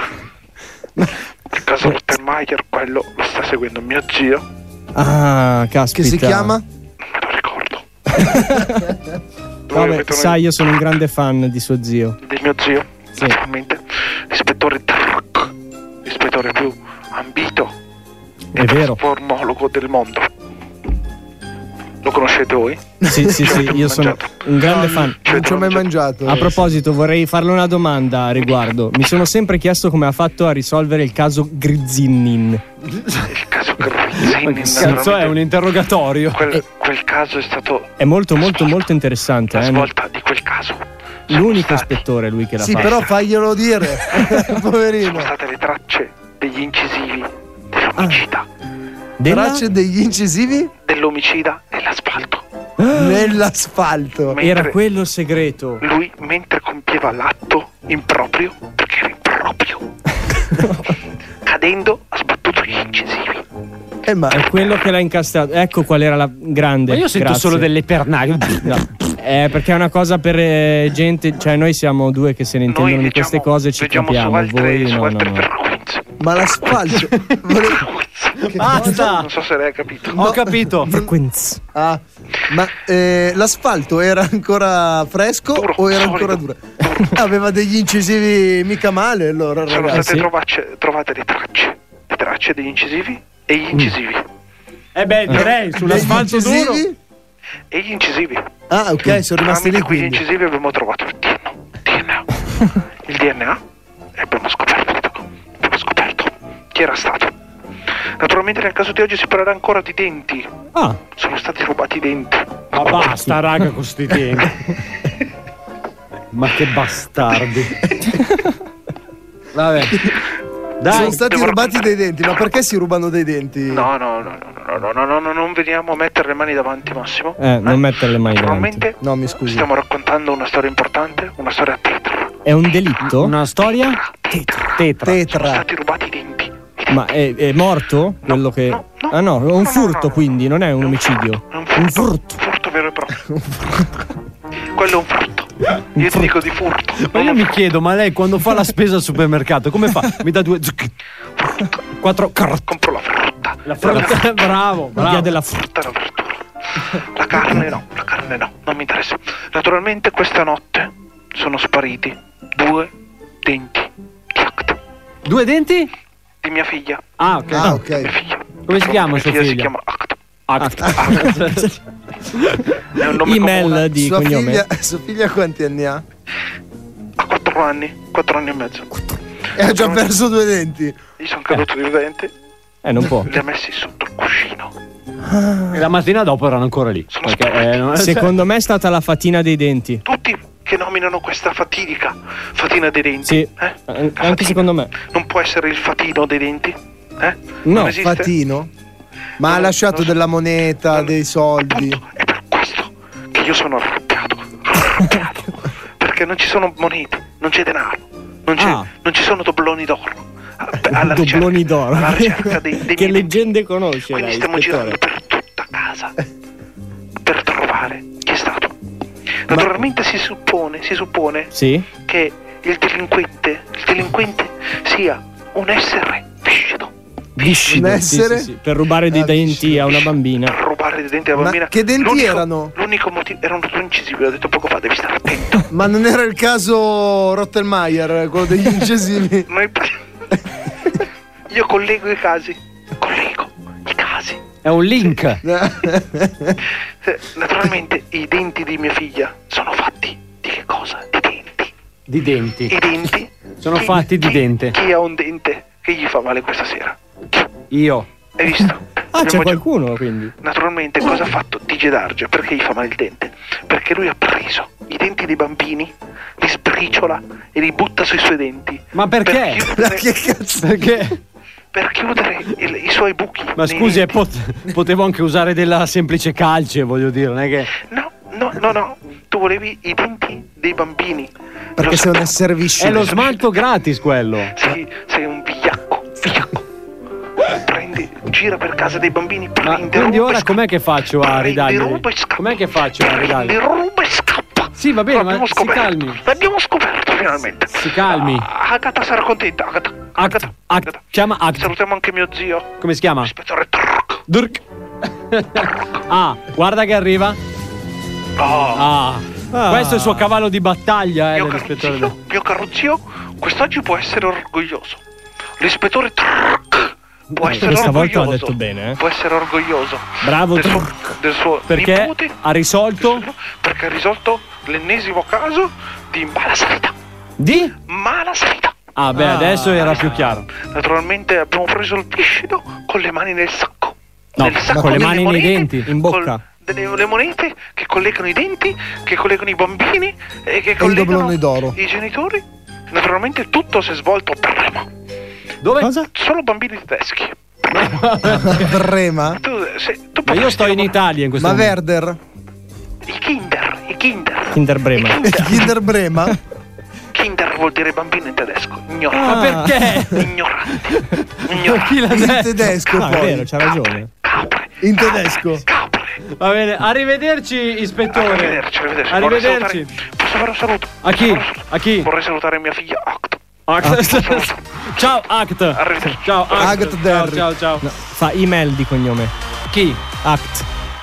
Il caso Rottenmeier, quello lo sta seguendo mio zio. Ah, Che caspita. si chiama? Non me lo ricordo. Voi Vabbè, avete una- sai, io sono un grande fan di suo zio. Di mio zio. Sì. Naturalmente. L'ispettore Dark. L'ispettore più ambito. È vero. Formologo del mondo. Lo conoscete voi? Sì, sì, sì, io sono un grande fan. Non ci ho mai mangiato. A proposito, vorrei farle una domanda a riguardo. Mi sono sempre chiesto come ha fatto a risolvere il caso Grzinin. Il caso Grazzini. Cazzo, è un interrogatorio. Quel, quel caso è stato È molto, molto, molto interessante. la Eh? svolta di quel caso. L'unico ispettore lui che l'ha Sì, fatto. però faglielo dire. Sono Poverino. state le tracce degli incisivi dell'omicida. Della? Tracce degli incisivi Dell'omicida nell'asfalto. nell'asfalto. Mentre Era quello il segreto. lui, mentre compieva l'atto improprio, perché era improprio, cadendo, ha sbattuto gli incisivi. Eh, ma È quello che l'ha incastrato. Ecco qual era la grande. Ma io sento Grazie. solo delle pernaghe. No. Eh, perché è una cosa per eh, gente. Cioè, noi siamo due che se ne intendono Noi di queste leggiamo- cose, ci leggiamo capiamo. su altre, Voi su no, no, altre no. frequenze. Ma l'asfalto. Volevo- Che Basta. Non so se lei ha capito. Ho capito. Frequenze. Ah, ma eh, l'asfalto era ancora fresco Duro, o era solido. ancora duro? Aveva degli incisivi mica male allora, Sono ragazzi. state trovacce- trovate le tracce. Le tracce degli incisivi e gli incisivi. Eh beh, direi sull'asfalto Degli duro. incisivi? E gli incisivi. Ah, ok, sono rimasti Tramite lì quegli quindi. incisivi abbiamo trovato il D N A. Il D N A e abbiamo scoperto, abbiamo scoperto chi era stato. Naturalmente nel caso di oggi si parlerà ancora di denti. Ah, Sono stati rubati i denti. Ma basta, raga, con sti tempi. Ma che bastardi. Vabbè. Dai, Sono stati devo rubati raccontare. dei denti, ma perché si rubano dei denti? No, no, no, no, no, no, no, no, no, non veniamo a mettere le mani davanti, Massimo. eh, non mettere le mani davanti. Naturalmente No, mi scusi. stiamo raccontando una storia importante, una storia tetra. È un delitto? una storia? Tetra. Tetra. Sono Tetra. stati rubati i denti. Ma è, è morto? Quello che. no, no. Ah no, è un No, no, furto no, no. quindi, non è un omicidio. È un Un furto. furto. Furto vero e proprio. Quello è un frutto. Io ti dico di furto. Ma io mi chiedo, ma lei quando fa la spesa al supermercato, come fa? Mi dà due zucche. Quattro carot. Compro la frutta. La frutta. Bravo, Via bravo. della frutta. Frutta e la verdura. La carne no, la carne no, non mi interessa. Naturalmente questa notte sono spariti due denti di Acta, Due denti? di mia figlia. Ah, ok. Ah, ok. Mia figlia. Come si chiama Mia sua figlia? Si figlia? chiama Acta. Ah, È un nome Email comune. di Sua cognome. figlia, sua figlia quanti anni ha? Ha quattro anni, quattro anni e mezzo. E ha già perso due denti. Gli sono caduti due denti. Eh, non può. Li ha messi sotto il cuscino. E la mattina dopo erano ancora lì. Perché, eh, non- Secondo me è stata la fatina dei denti. Tutti che nominano questa fatidica fatina dei denti. Sì, Eh? an- anche secondo me. Non può essere il fatino dei denti? Eh? No, non esiste? Fatino. Ma ha lasciato della moneta, dei soldi. Che io sono arrabbiato. Arrabbiato. Perché non ci sono monete, non c'è denaro, non, c'è, Ah. non ci sono dobloni d'oro. Alla Dobloni d'oro. alla ricerca dei, dei Che miei leggende conosce? Quindi lei, stiamo ispettore? girando per tutta casa per trovare chi è stato. Naturalmente si suppone, si suppone Sì? che il delinquente, il delinquente sia un essere viscido. Viscido, Un sì, essere? sì, sì, per rubare dei Ah, denti a una bambina. Rubare dei denti alla Ma bambina. che denti L'unico- erano? L'unico motivo erano due incisivi, l'ho detto poco fa, devi stare attento. Ma non era il caso Rottelmeier, quello degli incisivi? Noi- Io collego i casi, collego i casi. È un link. Eh, Naturalmente i denti di mia figlia sono fatti di che cosa? Di denti. Di denti. I denti Sono chi- fatti di chi- dente. Chi ha un dente che gli fa male questa sera? Io. Hai visto? Ah, c'è Abbiamo già- qualcuno quindi. Naturalmente cosa ha fatto D J Darge? Perché gli fa male il dente? Perché lui ha preso i denti dei bambini, li sbriciola e li butta sui suoi denti. Ma perché? Per chiudere, Che cazzo? Perché? per chiudere il- i suoi buchi. Ma nei scusi, eh, denti. pot- potevo anche usare della semplice calce, voglio dire, non è che. No, no, no, no. Tu volevi i denti dei bambini. Perché sei un essere È viscido. lo smalto gratis quello. Sei, sei un vigliacco, vigliacco. Prendi, gira per casa dei bambini, Ma prende quindi roba e ora scappa. com'è che faccio a Prendi ridargli? roba e scappa. Com'è che faccio a Prendi ridargli? roba e scappa. Sì, va bene, L'abbiamo ma si scoperto. calmi. L'abbiamo scoperto finalmente. Si calmi. Ah, Agatha sarà contenta. Agatha, Act, Act, chiama Act. salutiamo anche mio zio. Come si chiama? Ispettore Turk. Dirk. Ah, guarda che arriva. Oh, Ah, Ah. questo è il suo cavallo di battaglia, eh, mio caro dell'ispettore. zio, mio caro zio, quest'oggi può essere orgoglioso. L'ispettore Turk può essere Questa volta orgoglioso. l'ha detto bene, eh. Può essere orgoglioso. Bravo, del suo, Turk. del suo Perché nipote, ha risolto perché ha risolto l'ennesimo caso di mala sanità. di. Mala sanità. Ah, beh, Ah. adesso era più chiaro. Naturalmente abbiamo preso il viscido con le mani nel sacco. No, nel sacco con le delle mani nei monete, denti, in bocca. col- delle le monete che collegano i denti, che collegano i bambini e che il collegano doblone d'oro. i genitori. Naturalmente tutto si è svolto a Brema. Dove? Cosa? Solo bambini tedeschi. Brema? Tu, se, tu Ma io potresti sto in lavorare- Italia in questo Ma momento. Werder? I Kinder, i Kinder. Kinder Brema. I Kinder. Kinder Brema? Kinder vuol dire bambino in tedesco. Ignorante. Ma perché? Ignorante. Ma Ignorante. chi l'ha In detto? tedesco Ah, è poi. vero, c'ha ragione. Capre. In tedesco. Capre. Va bene, arrivederci, ispettore. Arrivederci, arrivederci. Arrivederci. Vorrei salutare- Posso fare un saluto? A chi? Posso fare un saluto? A chi? Vorrei salutare mia figlia Act. Act. Ciao, Act. Arrivederci. Ciao, Act. Act Ciao, Derry. ciao, ciao. No, fa email di cognome. Chi? Act.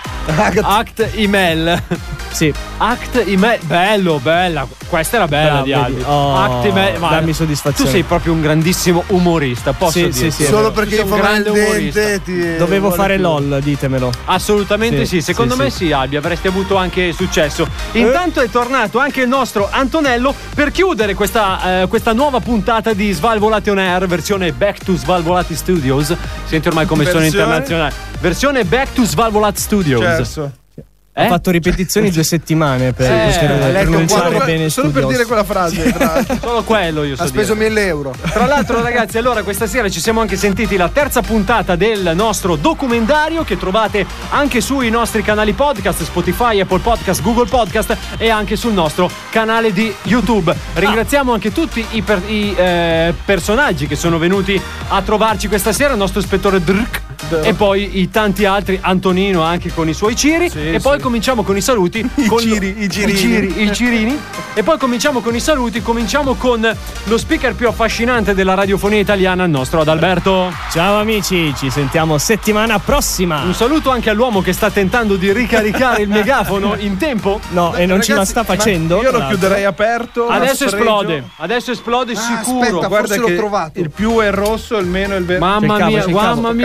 Act email. Sì. Act email. Bello, bella. Questa era bella Bravo, di vedi. Albi. Oh, Act email. Ma dammi soddisfazione. Tu sei proprio un grandissimo umorista, posso Sì, dire. sì, sì, è Solo vero. perché Tu gli sei fa un male il grande umorista. dente ti Dovevo vuole fare più. LOL, ditemelo. Assolutamente sì, Sì, secondo sì, me sì. sì, Albi, avresti avuto anche successo. Intanto è tornato anche il nostro Antonello per chiudere questa, eh, questa nuova puntata di Svalvolati on Air, versione Back to Svalvolati Studios. Senti ormai come sono Versione? internazionale. Versione Back to Svalvolati Studios. Certo. Ha Eh? fatto ripetizioni due settimane per, Eh, per Ha letto pronunciare quattro- bene solo per Studios. dire quella frase. Tra l'altro. Solo quello io so Ha speso dire. mille euro. Tra l'altro ragazzi, allora questa sera ci siamo anche sentiti la terza puntata del nostro documentario che trovate anche sui nostri canali podcast, Spotify, Apple Podcast, Google Podcast e anche sul nostro canale di YouTube. Ringraziamo anche tutti i, per- i, eh, personaggi che sono venuti a trovarci questa sera, il nostro ispettore Drk e poi i tanti altri, Antonino anche con i suoi ciri e poi cominciamo con i saluti. I con ciri, i girini. I, ciri, i cirini. E poi cominciamo con i saluti. Cominciamo con lo speaker più affascinante della radiofonia italiana, il nostro Adalberto. Ciao amici, ci sentiamo settimana prossima. Un saluto anche all'uomo che sta tentando di ricaricare il megafono in tempo. No, e non ce la Ragazzi, sta ma facendo. Io tra lo l'altro. chiuderei aperto. Adesso a sfregio. esplode. Adesso esplode Ah, sicuro. aspetta, Guarda forse l'ho che trovato. il più è il rosso, il meno è il verde. Mamma C'è il mia, cavo, c'è il mamma cavo. mia, Toccato adesso tu,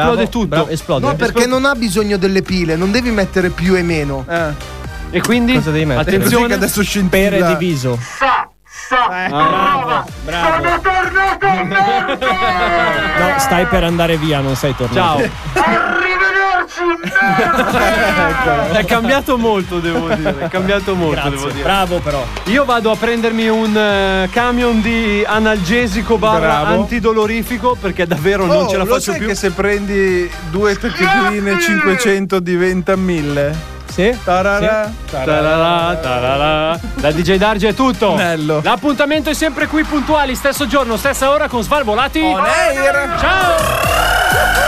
esplode tutto. Bravo, esplode. No, perché non ha bisogno delle pile, non devi mettere più e meno. Eh. E quindi Cosa devi mettere? attenzione, adesso scintilla. Per diviso. Sa, sa, brava. bravo. Sono tornato a merda. No, stai per andare via, non sei tornato. ciao. Arrivederci, merda. È cambiato molto, devo dire. È cambiato molto, Grazie, devo dire. bravo però. Io vado a prendermi un eh, camion di analgesico barra Bravo. antidolorifico perché davvero non Oh, ce la lo faccio sai più. che se prendi due tachipirine cinquecento diventa mille? Sì? Tarara, Tarara, tarara. Da D J Darge è tutto. Bello. L'appuntamento è sempre qui puntuali, stesso giorno, stessa ora con Svalvolati On air. Ciao.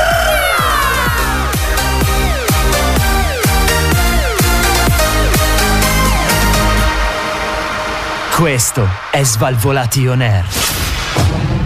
Questo è Svalvolati On Air.